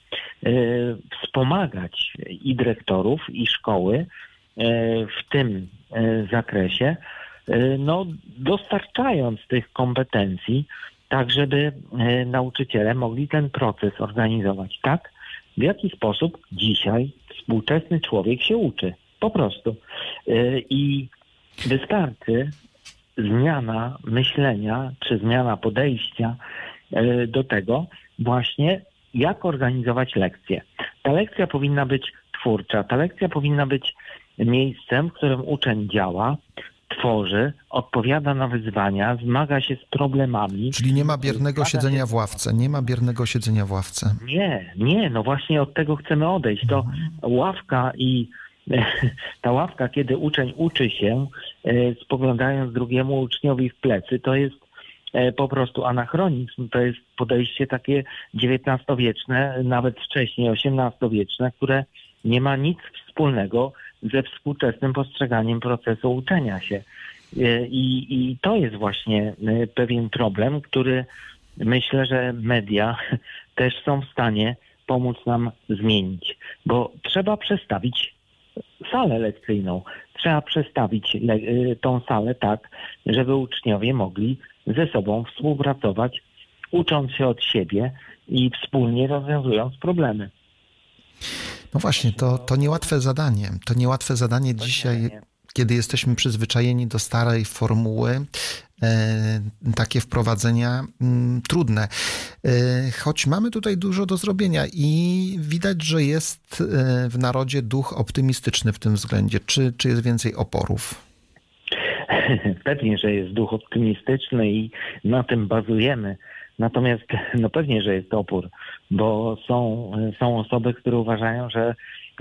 wspomagać i dyrektorów, i szkoły w tym zakresie, no, dostarczając tych kompetencji, tak żeby nauczyciele mogli ten proces organizować tak, w jaki sposób dzisiaj współczesny człowiek się uczy. Po prostu. I wystarczy zmiana myślenia, czy zmiana podejścia do tego właśnie, jak organizować lekcję. Ta lekcja powinna być twórcza, ta lekcja powinna być miejscem, w którym uczeń działa, tworzy, odpowiada na wyzwania, zmaga się z problemami. Czyli nie ma biernego siedzenia w ławce, nie ma biernego siedzenia w ławce. Nie, nie, no właśnie od tego chcemy odejść. To ławka i ta ławka, kiedy uczeń uczy się, spoglądając drugiemu uczniowi w plecy, to jest po prostu anachronizm, to jest podejście takie dziewiętnastowieczne, nawet wcześniej osiemnastowieczne, które nie ma nic wspólnego ze współczesnym postrzeganiem procesu uczenia się. I, i to jest właśnie pewien problem, który myślę, że media też są w stanie pomóc nam zmienić, bo trzeba przestawić salę lekcyjną. Trzeba przestawić le- tą salę tak, żeby uczniowie mogli ze sobą współpracować, ucząc się od siebie i wspólnie rozwiązując problemy. No właśnie, to, to niełatwe zadanie. To niełatwe zadanie dzisiaj, kiedy jesteśmy przyzwyczajeni do starej formuły, e, takie wprowadzenia m, trudne. E, choć mamy tutaj dużo do zrobienia i widać, że jest e, w narodzie duch optymistyczny w tym względzie. Czy, czy jest więcej oporów? Pewnie, że jest duch optymistyczny i na tym bazujemy. Natomiast no pewnie, że jest opór, bo są, są osoby, które uważają, że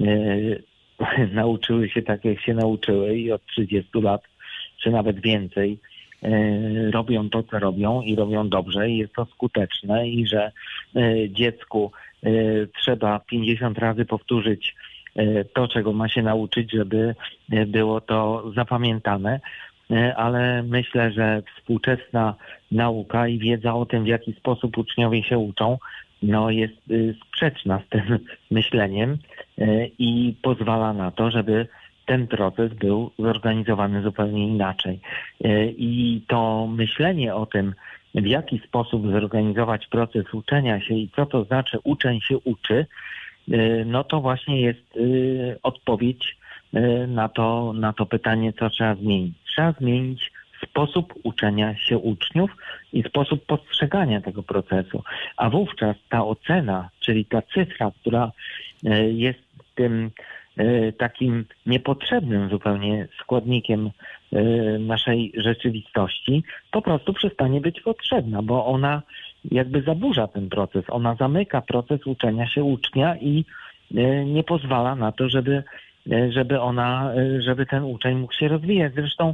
e, nauczyły się tak, jak się nauczyły i od trzydziestu lat, czy nawet więcej, e, robią to, co robią i robią dobrze i jest to skuteczne i że e, dziecku e, trzeba pięćdziesiąt razy powtórzyć e, to, czego ma się nauczyć, żeby było to zapamiętane. Ale myślę, że współczesna nauka i wiedza o tym, w jaki sposób uczniowie się uczą, no jest sprzeczna z tym myśleniem i pozwala na to, żeby ten proces był zorganizowany zupełnie inaczej. I to myślenie o tym, w jaki sposób zorganizować proces uczenia się i co to znaczy uczeń się uczy, no to właśnie jest odpowiedź na to, na to pytanie, co trzeba zmienić. Trzeba zmienić sposób uczenia się uczniów i sposób postrzegania tego procesu. A wówczas ta ocena, czyli ta cyfra, która jest tym takim niepotrzebnym zupełnie składnikiem naszej rzeczywistości, po prostu przestanie być potrzebna, bo ona jakby zaburza ten proces. Ona zamyka proces uczenia się ucznia i nie pozwala na to, żeby żeby ona, żeby ten uczeń mógł się rozwijać. Zresztą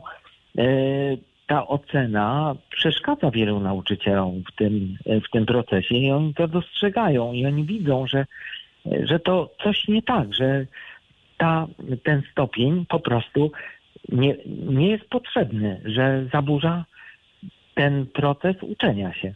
ta ocena przeszkadza wielu nauczycielom w tym, w tym procesie i oni to dostrzegają i oni widzą, że, że to coś nie tak, że ta, ten stopień po prostu nie, nie jest potrzebny, że zaburza ten proces uczenia się.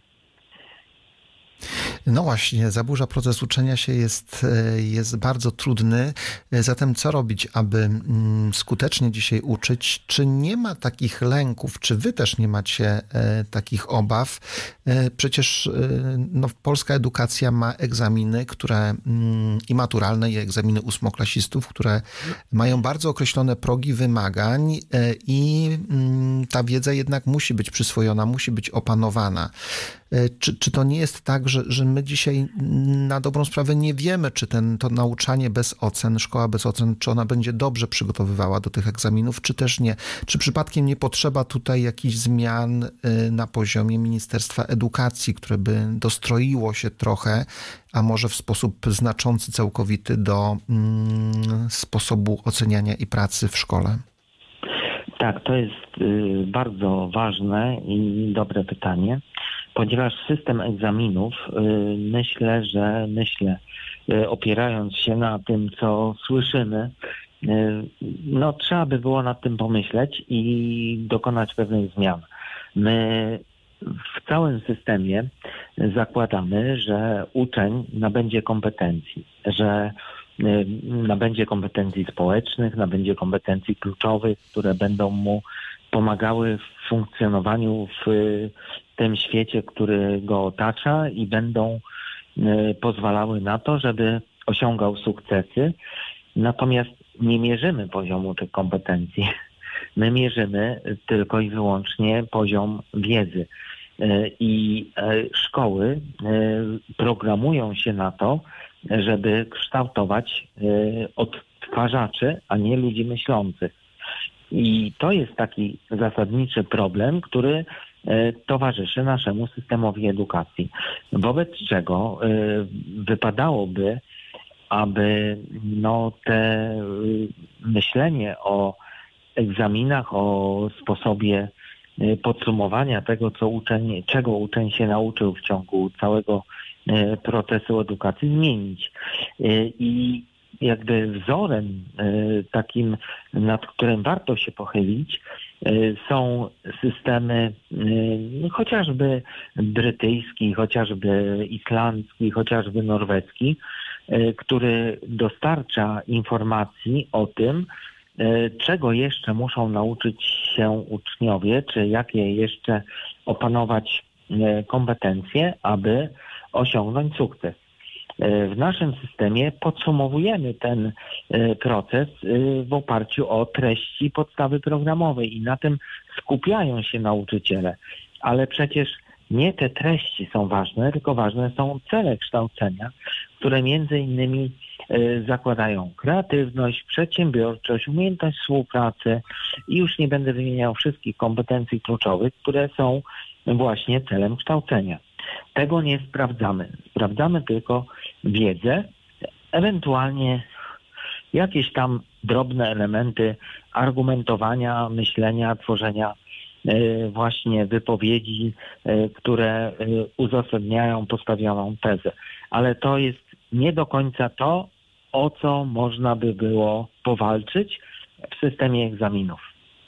No właśnie, zaburza proces uczenia się, jest, jest bardzo trudny. Zatem co robić, aby skutecznie dzisiaj uczyć? Czy nie ma takich lęków? Czy wy też nie macie takich obaw? Przecież no, polska edukacja ma egzaminy, które i maturalne, i egzaminy ósmoklasistów, które mają bardzo określone progi wymagań i ta wiedza jednak musi być przyswojona, musi być opanowana. Czy, czy to nie jest tak, że, że my dzisiaj na dobrą sprawę nie wiemy, czy ten, to nauczanie bez ocen, szkoła bez ocen, czy ona będzie dobrze przygotowywała do tych egzaminów, czy też nie? Czy przypadkiem nie potrzeba tutaj jakichś zmian na poziomie Ministerstwa Edukacji, które by dostroiło się trochę, a może w sposób znaczący, całkowity do mm, sposobu oceniania i pracy w szkole? Tak, to jest y, bardzo ważne i dobre pytanie, ponieważ system egzaminów, y, myślę, że myślę, y, opierając się na tym, co słyszymy, y, no trzeba by było nad tym pomyśleć i dokonać pewnych zmian. My w całym systemie zakładamy, że uczeń nabędzie kompetencji, że nabędzie kompetencji społecznych, nabędzie kompetencji kluczowych, które będą mu pomagały w funkcjonowaniu w tym świecie, który go otacza i będą pozwalały na to, żeby osiągał sukcesy. Natomiast nie mierzymy poziomu tych kompetencji. My mierzymy tylko i wyłącznie poziom wiedzy. I szkoły programują się na to, żeby kształtować odtwarzaczy, a nie ludzi myślących. I to jest taki zasadniczy problem, który towarzyszy naszemu systemowi edukacji. Wobec czego wypadałoby, aby no, te myślenie o egzaminach, o sposobie podsumowania tego, co uczeń, czego uczeń się nauczył w ciągu całego procesu edukacji, zmienić. I jakby wzorem takim, nad którym warto się pochylić, są systemy chociażby brytyjski, chociażby islandzki, chociażby norweski, który dostarcza informacji o tym, czego jeszcze muszą nauczyć się uczniowie, czy jakie jeszcze opanować kompetencje, aby osiągnąć sukces. W naszym systemie podsumowujemy ten proces w oparciu o treści podstawy programowej i na tym skupiają się nauczyciele. Ale przecież nie te treści są ważne, tylko ważne są cele kształcenia, które między innymi zakładają kreatywność, przedsiębiorczość, umiejętność współpracy i już nie będę wymieniał wszystkich kompetencji kluczowych, które są właśnie celem kształcenia. Tego nie sprawdzamy. Sprawdzamy tylko wiedzę, ewentualnie jakieś tam drobne elementy argumentowania, myślenia, tworzenia właśnie wypowiedzi, które uzasadniają postawioną tezę. Ale to jest nie do końca to, o co można by było powalczyć w systemie egzaminów.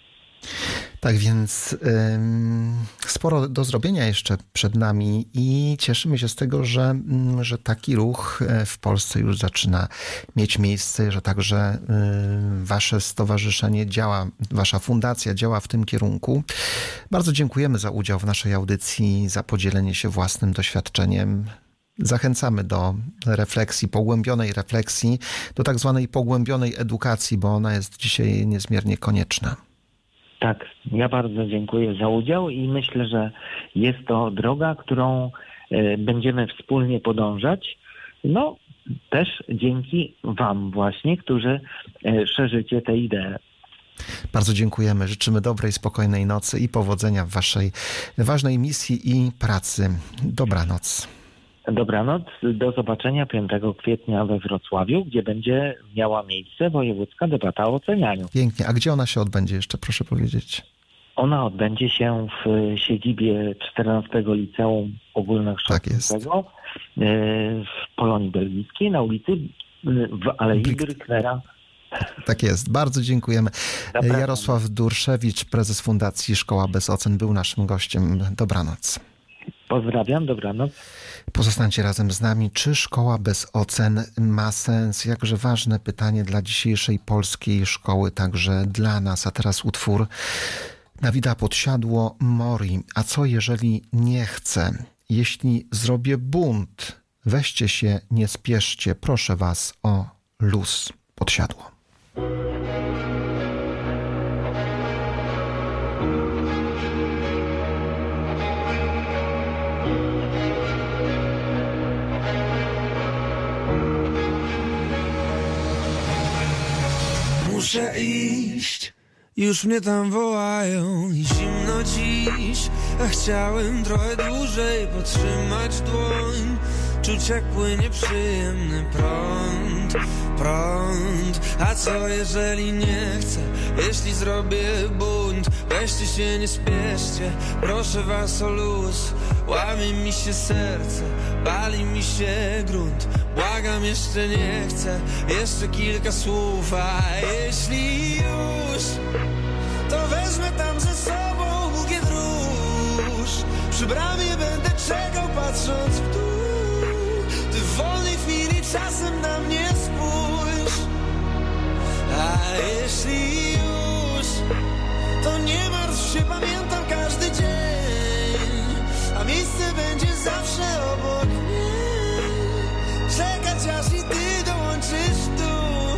Tak więc ym, sporo do zrobienia jeszcze przed nami i cieszymy się z tego, że, że taki ruch w Polsce już zaczyna mieć miejsce, że także y, wasze stowarzyszenie działa, wasza fundacja działa w tym kierunku. Bardzo dziękujemy za udział w naszej audycji, za podzielenie się własnym doświadczeniem. Zachęcamy do refleksji, pogłębionej refleksji, do tak zwanej pogłębionej edukacji, bo ona jest dzisiaj niezmiernie konieczna. Tak, ja bardzo dziękuję za udział i myślę, że jest to droga, którą będziemy wspólnie podążać. No, też dzięki wam właśnie, którzy szerzycie te idee. Bardzo dziękujemy. Życzymy dobrej, spokojnej nocy i powodzenia w waszej ważnej misji i pracy. Dobranoc. Dobranoc. Do zobaczenia piątego kwietnia we Wrocławiu, gdzie będzie miała miejsce wojewódzka debata o ocenianiu. Pięknie. A gdzie ona się odbędzie jeszcze, proszę powiedzieć? Ona odbędzie się w siedzibie czternastego Liceum Ogólnokształcącego tak w Polonii Belgijskiej na ulicy w Alei Brücknera. Tak jest. Bardzo dziękujemy. Zapraszam. Jarosław Durszewicz, prezes Fundacji Szkoła Bez Ocen, był naszym gościem. Dobranoc. Pozdrawiam, dobranoc. Pozostańcie razem z nami. Czy szkoła bez ocen ma sens? Jakże ważne pytanie dla dzisiejszej polskiej szkoły, także dla nas. A teraz utwór Dawida Podsiadło, Mori. A co jeżeli nie chcę? Jeśli zrobię bunt, weźcie się, nie spieszcie. Proszę was o luz. Podsiadło. muszę iść. Już mnie tam wołają i zimno dziś, a chciałem trochę dłużej podtrzymać dłoń, czuć jak płynie przyjemny prąd, prąd. A co jeżeli nie chcę, jeśli zrobię bunt? Weźcie się, nie spieszcie, proszę was o luz. Łamie mi się serce, bali mi się grunt. Błagam, jeszcze nie chcę, jeszcze kilka słów. A jeśli już, to wezmę tam ze sobą bukiet róż. Przy bramie będę czekał, patrząc w dół. Ty w wolnej chwili czasem na mnie spójrz. A jeśli już, to nie martw się, pamiętam każdy dzień, a miejsce będzie zawsze obok mnie. Czekać aż i ty dołączysz tu.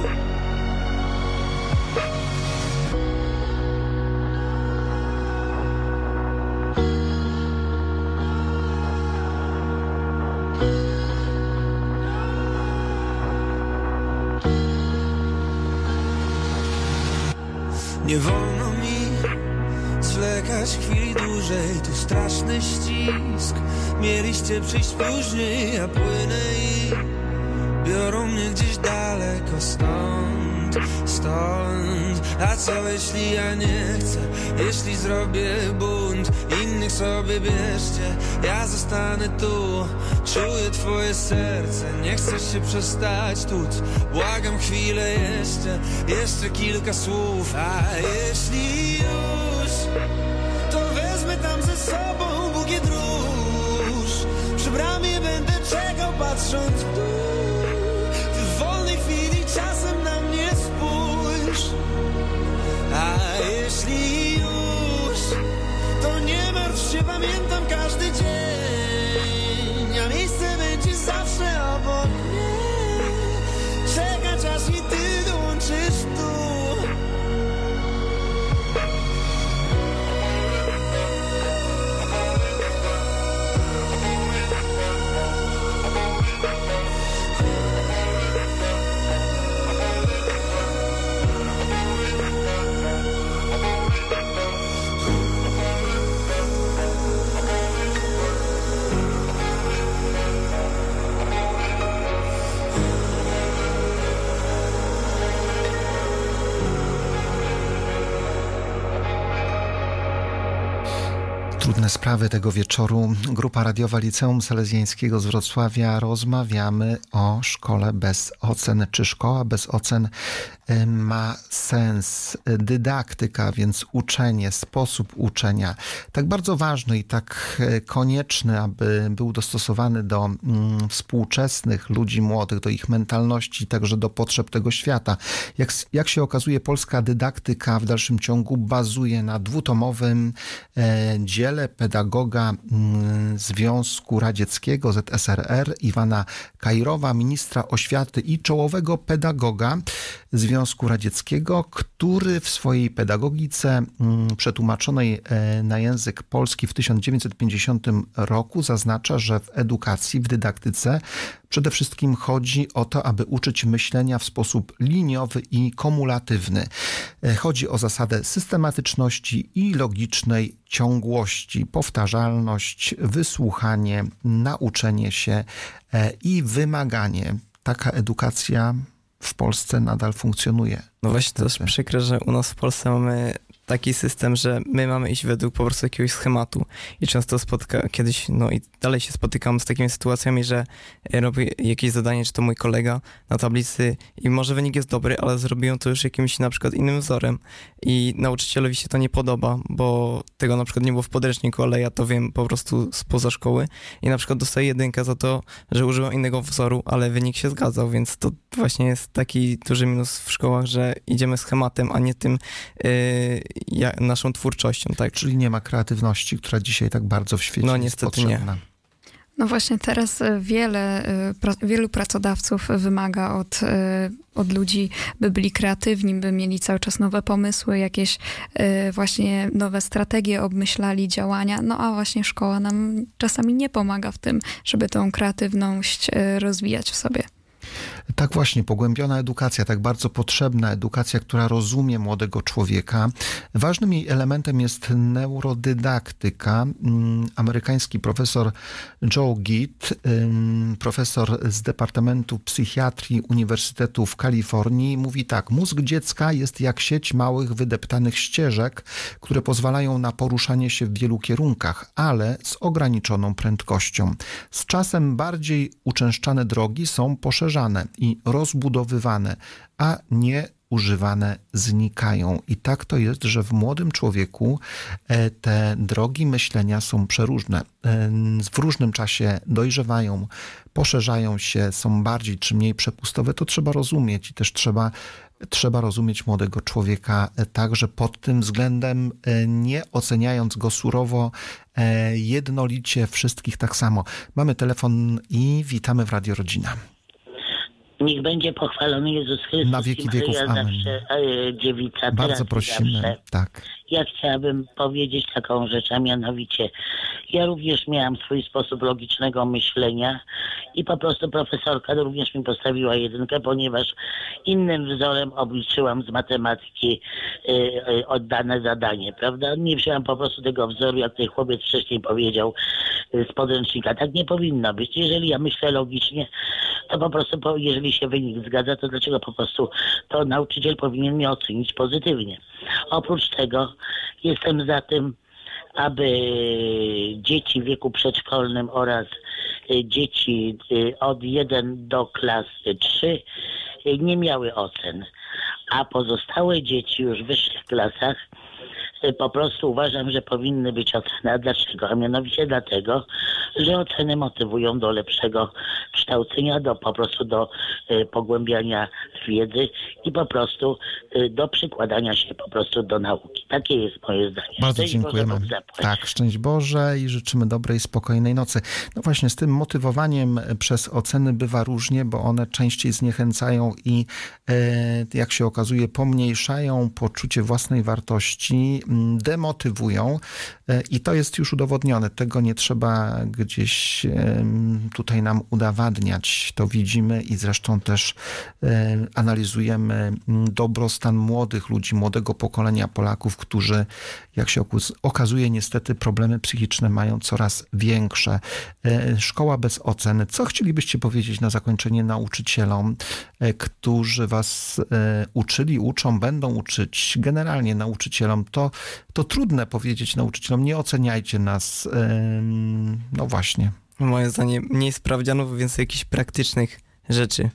Nie wolno mi zwlekać chwili dłużej, tu straszny ścisk. Mieliście przyjść później, a płynę i biorą mnie gdzieś daleko stąd, stąd. A co jeśli ja nie chcę, jeśli zrobię bunt? Innych sobie bierzcie, ja zostanę tu. Czuję twoje serce, nie chcę się przestać tuc. Błagam chwilę jeszcze, jeszcze kilka słów. A jeśli już, to wezmę tam ze sobą bukiet róż. Przy bramie będę czekał, patrząc w dół. Ty w wolnej chwili czasem na mnie spójrz. A jeśli już, to nie martw się, pamiętam każdy dzień, a miejsce będzie zawsze obok mnie. Czekać aż i ty dołączysz tu. Trudne sprawy tego wieczoru. Grupa radiowa Liceum Salezjańskiego z Wrocławia. Rozmawiamy o szkole bez ocen. Czy szkoła bez ocen ma sens? Dydaktyka, więc uczenie, sposób uczenia, tak bardzo ważny i tak konieczny, aby był dostosowany do mm, współczesnych ludzi młodych, do ich mentalności, także do potrzeb tego świata. Jak, jak się okazuje, polska dydaktyka w dalszym ciągu bazuje na dwutomowym e, dziele pedagoga mm, Związku Radzieckiego Z S R R Iwana Kajrowa, ministra oświaty i czołowego pedagoga Związku Radzieckiego, który w swojej pedagogice przetłumaczonej na język polski w tysiąc dziewięćset pięćdziesiątym roku zaznacza, że w edukacji, w dydaktyce przede wszystkim chodzi o to, aby uczyć myślenia w sposób liniowy i kumulatywny. Chodzi o zasadę systematyczności i logicznej ciągłości, powtarzalność, wysłuchanie, nauczenie się i wymaganie. Taka edukacja w Polsce nadal funkcjonuje. No właśnie, to jest przykre, że u nas w Polsce mamy taki system, że my mamy iść według po prostu jakiegoś schematu i często spotyka, kiedyś, no i dalej się spotykam z takimi sytuacjami, że robię jakieś zadanie, czy to mój kolega na tablicy i może wynik jest dobry, ale zrobiłem to już jakimś na przykład innym wzorem i nauczycielowi się to nie podoba, bo tego na przykład nie było w podręczniku, ale ja to wiem po prostu spoza szkoły i na przykład dostaję jedynkę za to, że użyłem innego wzoru, ale wynik się zgadzał, więc to właśnie jest taki duży minus w szkołach, że idziemy schematem, a nie tym yy, ja, naszą twórczością, tak? Czyli nie ma kreatywności, która dzisiaj tak bardzo w świecie no, jest niestety potrzebna. Nie. No właśnie teraz wiele, wielu pracodawców wymaga od, od ludzi, by byli kreatywni, by mieli cały czas nowe pomysły, jakieś właśnie nowe strategie, obmyślali działania, no a właśnie szkoła nam czasami nie pomaga w tym, żeby tą kreatywność rozwijać w sobie. Tak właśnie, pogłębiona edukacja, tak bardzo potrzebna edukacja, która rozumie młodego człowieka. Ważnym jej elementem jest neurodydaktyka. Amerykański profesor Joe Gitt, profesor z Departamentu Psychiatrii Uniwersytetu w Kalifornii, mówi tak: mózg dziecka jest jak sieć małych, wydeptanych ścieżek, które pozwalają na poruszanie się w wielu kierunkach, ale z ograniczoną prędkością. Z czasem bardziej uczęszczane drogi są poszerzane i rozbudowywane, a nie używane znikają. I tak to jest, że w młodym człowieku te drogi myślenia są przeróżne. W różnym czasie dojrzewają, poszerzają się, są bardziej czy mniej przepustowe. To trzeba rozumieć i też trzeba, trzeba rozumieć młodego człowieka także pod tym względem, nie oceniając go surowo, jednolicie, wszystkich tak samo. Mamy telefon i witamy w Radio Rodzina. Niech będzie pochwalony Jezus Chrystus. Na wieki wieków. Ja Amen. zawsze, e, dziewica, Bardzo prosimy. Zawsze. Tak. Ja chciałabym powiedzieć taką rzecz, a mianowicie ja również miałam swój sposób logicznego myślenia i po prostu profesorka również mi postawiła jedynkę, ponieważ innym wzorem obliczyłam z matematyki y, y, oddane zadanie, prawda? Nie wzięłam po prostu tego wzoru, jak ten chłopiec wcześniej powiedział, y, z podręcznika. Tak nie powinno być. Jeżeli ja myślę logicznie, to po prostu, po, jeżeli się wynik zgadza, to dlaczego po prostu to nauczyciel powinien mnie ocenić pozytywnie. Oprócz tego jestem za tym, aby dzieci w wieku przedszkolnym oraz dzieci od jeden do klasy trzy nie miały ocen, a pozostałe dzieci już w wyższych klasach po prostu uważam, że powinny być oceny. A dlaczego? A mianowicie dlatego, że oceny motywują do lepszego kształcenia, do po prostu do y, pogłębiania wiedzy i po prostu y, do przykładania się po prostu do nauki. Takie jest moje zdanie. Bardzo Szczęść dziękujemy. Boże, tak, szczęść Boże i życzymy dobrej, spokojnej nocy. No właśnie, z tym motywowaniem przez oceny bywa różnie, bo one częściej zniechęcają i e, jak się okazuje, pomniejszają poczucie własnej wartości, demotywują i to jest już udowodnione. Tego nie trzeba gdzieś tutaj nam udowadniać. To widzimy i zresztą też analizujemy dobrostan młodych ludzi, młodego pokolenia Polaków, którzy, jak się okazuje, niestety problemy psychiczne mają coraz większe. Szkoła bez oceny. Co chcielibyście powiedzieć na zakończenie nauczycielom, którzy was uczyli, uczą, będą uczyć, generalnie nauczycielom? To To trudne powiedzieć nauczycielom, nie oceniajcie nas. No właśnie. Moje zdanie, mniej sprawdzianów, więcej jakichś praktycznych rzeczy.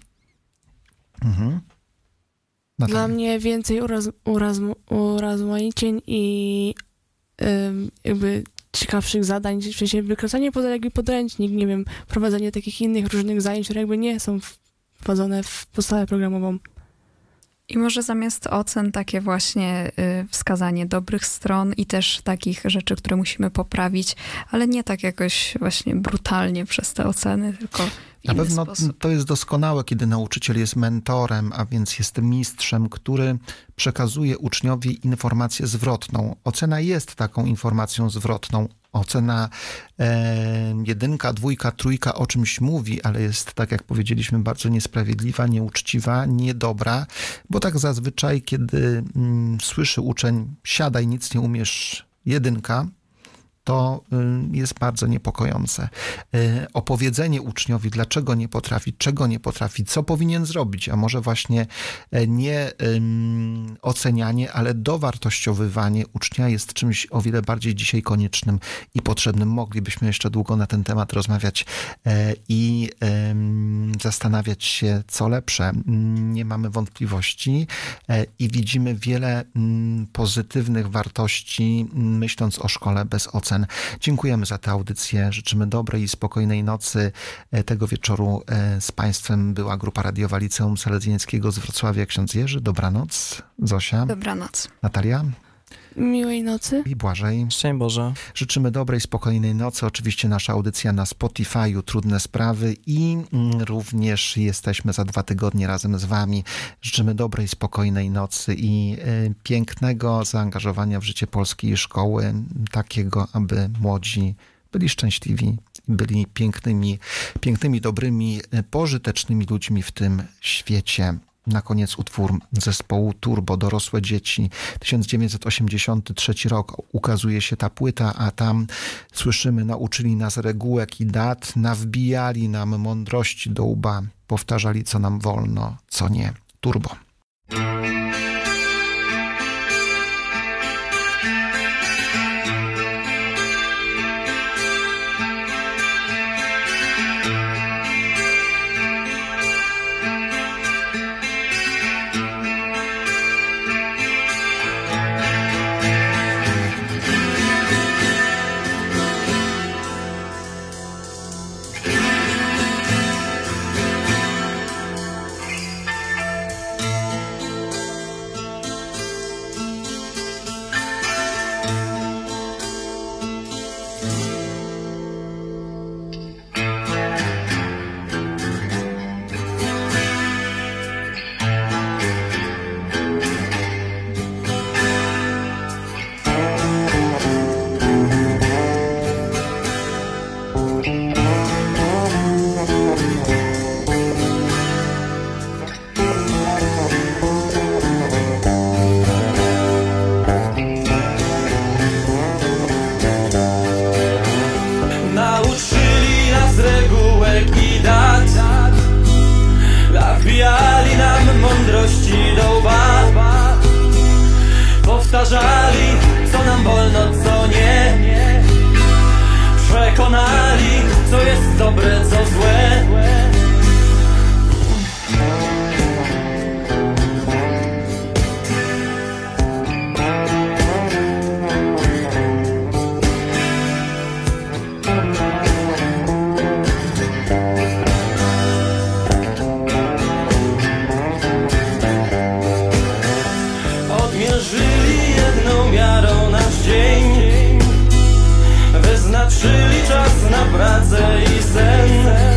Mhm. Dla mnie więcej uraz, uraz, urazmaiceń i ym, jakby ciekawszych zadań, w sensie wykracanie poza jakby podręcznik, nie wiem, prowadzenie takich innych różnych zajęć, które jakby nie są wprowadzone w podstawę programową. I może zamiast ocen takie właśnie y, wskazanie dobrych stron i też takich rzeczy, które musimy poprawić, ale nie tak jakoś właśnie brutalnie przez te oceny, tylko w Na inny pewno sposób. to jest doskonałe, kiedy nauczyciel jest mentorem, a więc jest mistrzem, który przekazuje uczniowi informację zwrotną. Ocena jest taką informacją zwrotną. Ocena e, jedynka, dwójka, trójka o czymś mówi, ale jest, tak jak powiedzieliśmy, bardzo niesprawiedliwa, nieuczciwa, niedobra, bo tak zazwyczaj, kiedy mm, słyszy uczeń: siadaj, nic nie umiesz, jedynka, to jest bardzo niepokojące. Opowiedzenie uczniowi, dlaczego nie potrafi, czego nie potrafi, co powinien zrobić, a może właśnie nie ocenianie, ale dowartościowywanie ucznia jest czymś o wiele bardziej dzisiaj koniecznym i potrzebnym. Moglibyśmy jeszcze długo na ten temat rozmawiać i zastanawiać się, co lepsze. Nie mamy wątpliwości i widzimy wiele pozytywnych wartości, myśląc o szkole bez ocen. Dziękujemy za tę audycję. Życzymy dobrej i spokojnej nocy. Tego wieczoru z Państwem była grupa radiowa Liceum Salezjańskiego z Wrocławia. Ksiądz Jerzy. Dobranoc. Zosia. Dobranoc. Natalia. Miłej nocy. I Błażej. Szczęść Boże. Życzymy dobrej, spokojnej nocy. Oczywiście nasza audycja na Spotify'u Trudne Sprawy i również jesteśmy za dwa tygodnie razem z Wami. Życzymy dobrej, spokojnej nocy i y, pięknego zaangażowania w życie polskiej szkoły, takiego, aby młodzi byli szczęśliwi byli pięknymi, pięknymi, dobrymi, pożytecznymi ludźmi w tym świecie. Na koniec utwór zespołu Turbo, Dorosłe dzieci. tysiąc dziewięćset osiemdziesiąty trzeci rok ukazuje się ta płyta, a tam słyszymy: nauczyli nas regułek i dat, nawbijali nam mądrości do łba, powtarzali, co nam wolno, co nie. Turbo. Powtarzali, co nam wolno, co nie. Przekonali, co jest dobre, co złe. Wyznaczyli czas na pracę i sen.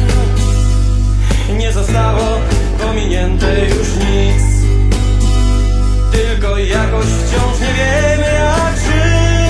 Nie zostało pominięte już nic, tylko jakoś wciąż nie wiemy, jak żyć.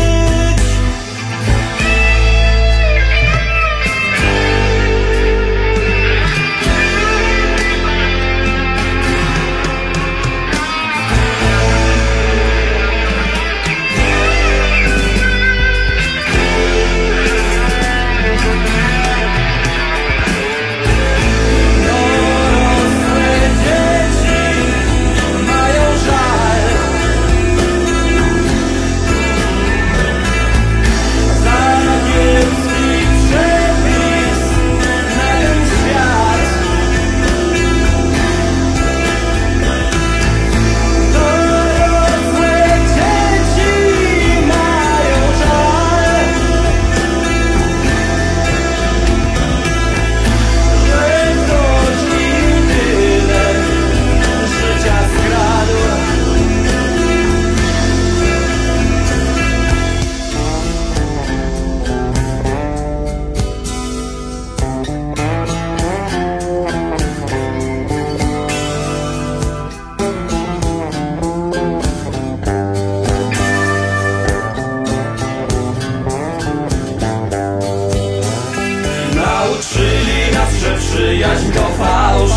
Nauczyli nas, że przyjaźń to fałsz.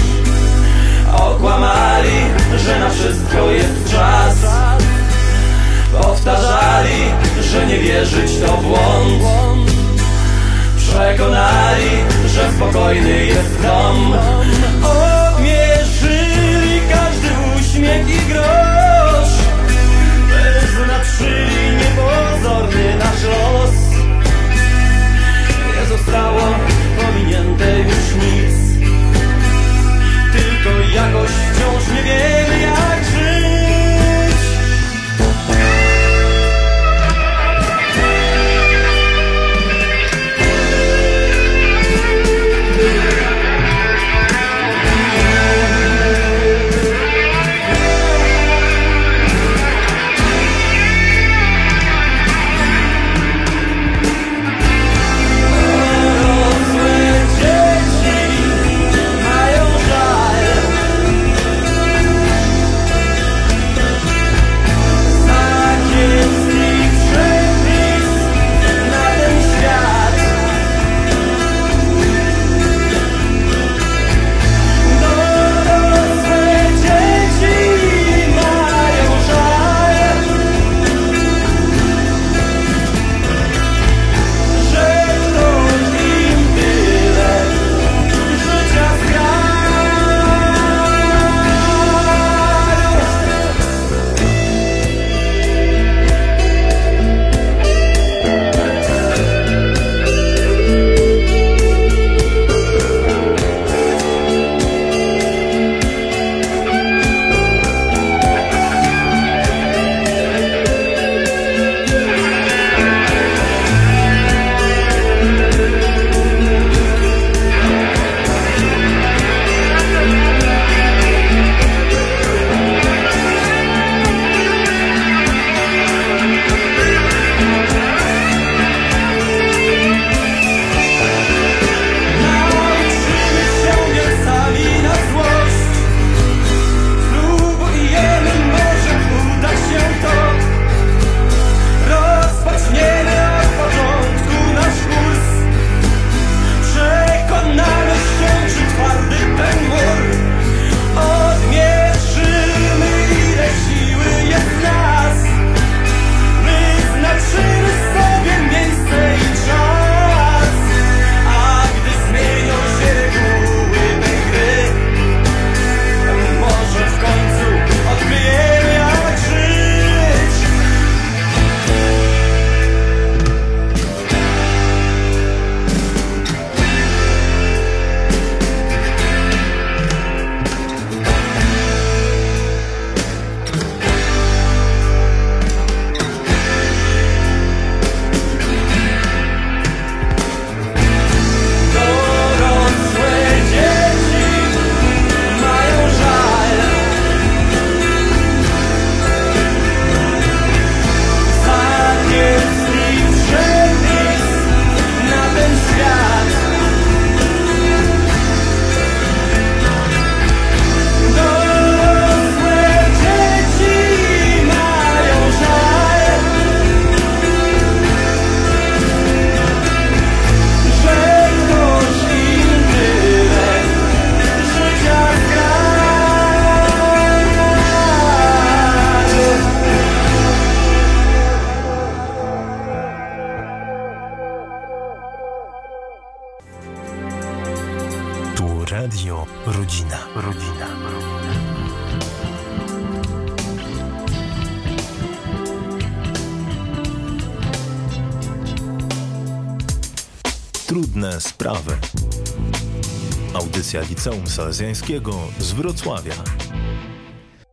Okłamali, że na wszystko jest czas. Powtarzali, że nie wierzyć to błąd. Przekonali, że spokojny jest dom. Obmierzyli każdy uśmiech i grosz. Wyznaczyli niepozorny nasz los. Nie zostało pominięte już nic, tylko jakoś wciąż nie wiemy, jak żyć. Radio Rodzina. Rodzina. Trudne sprawy. Audycja Liceum Salezjańskiego z Wrocławia.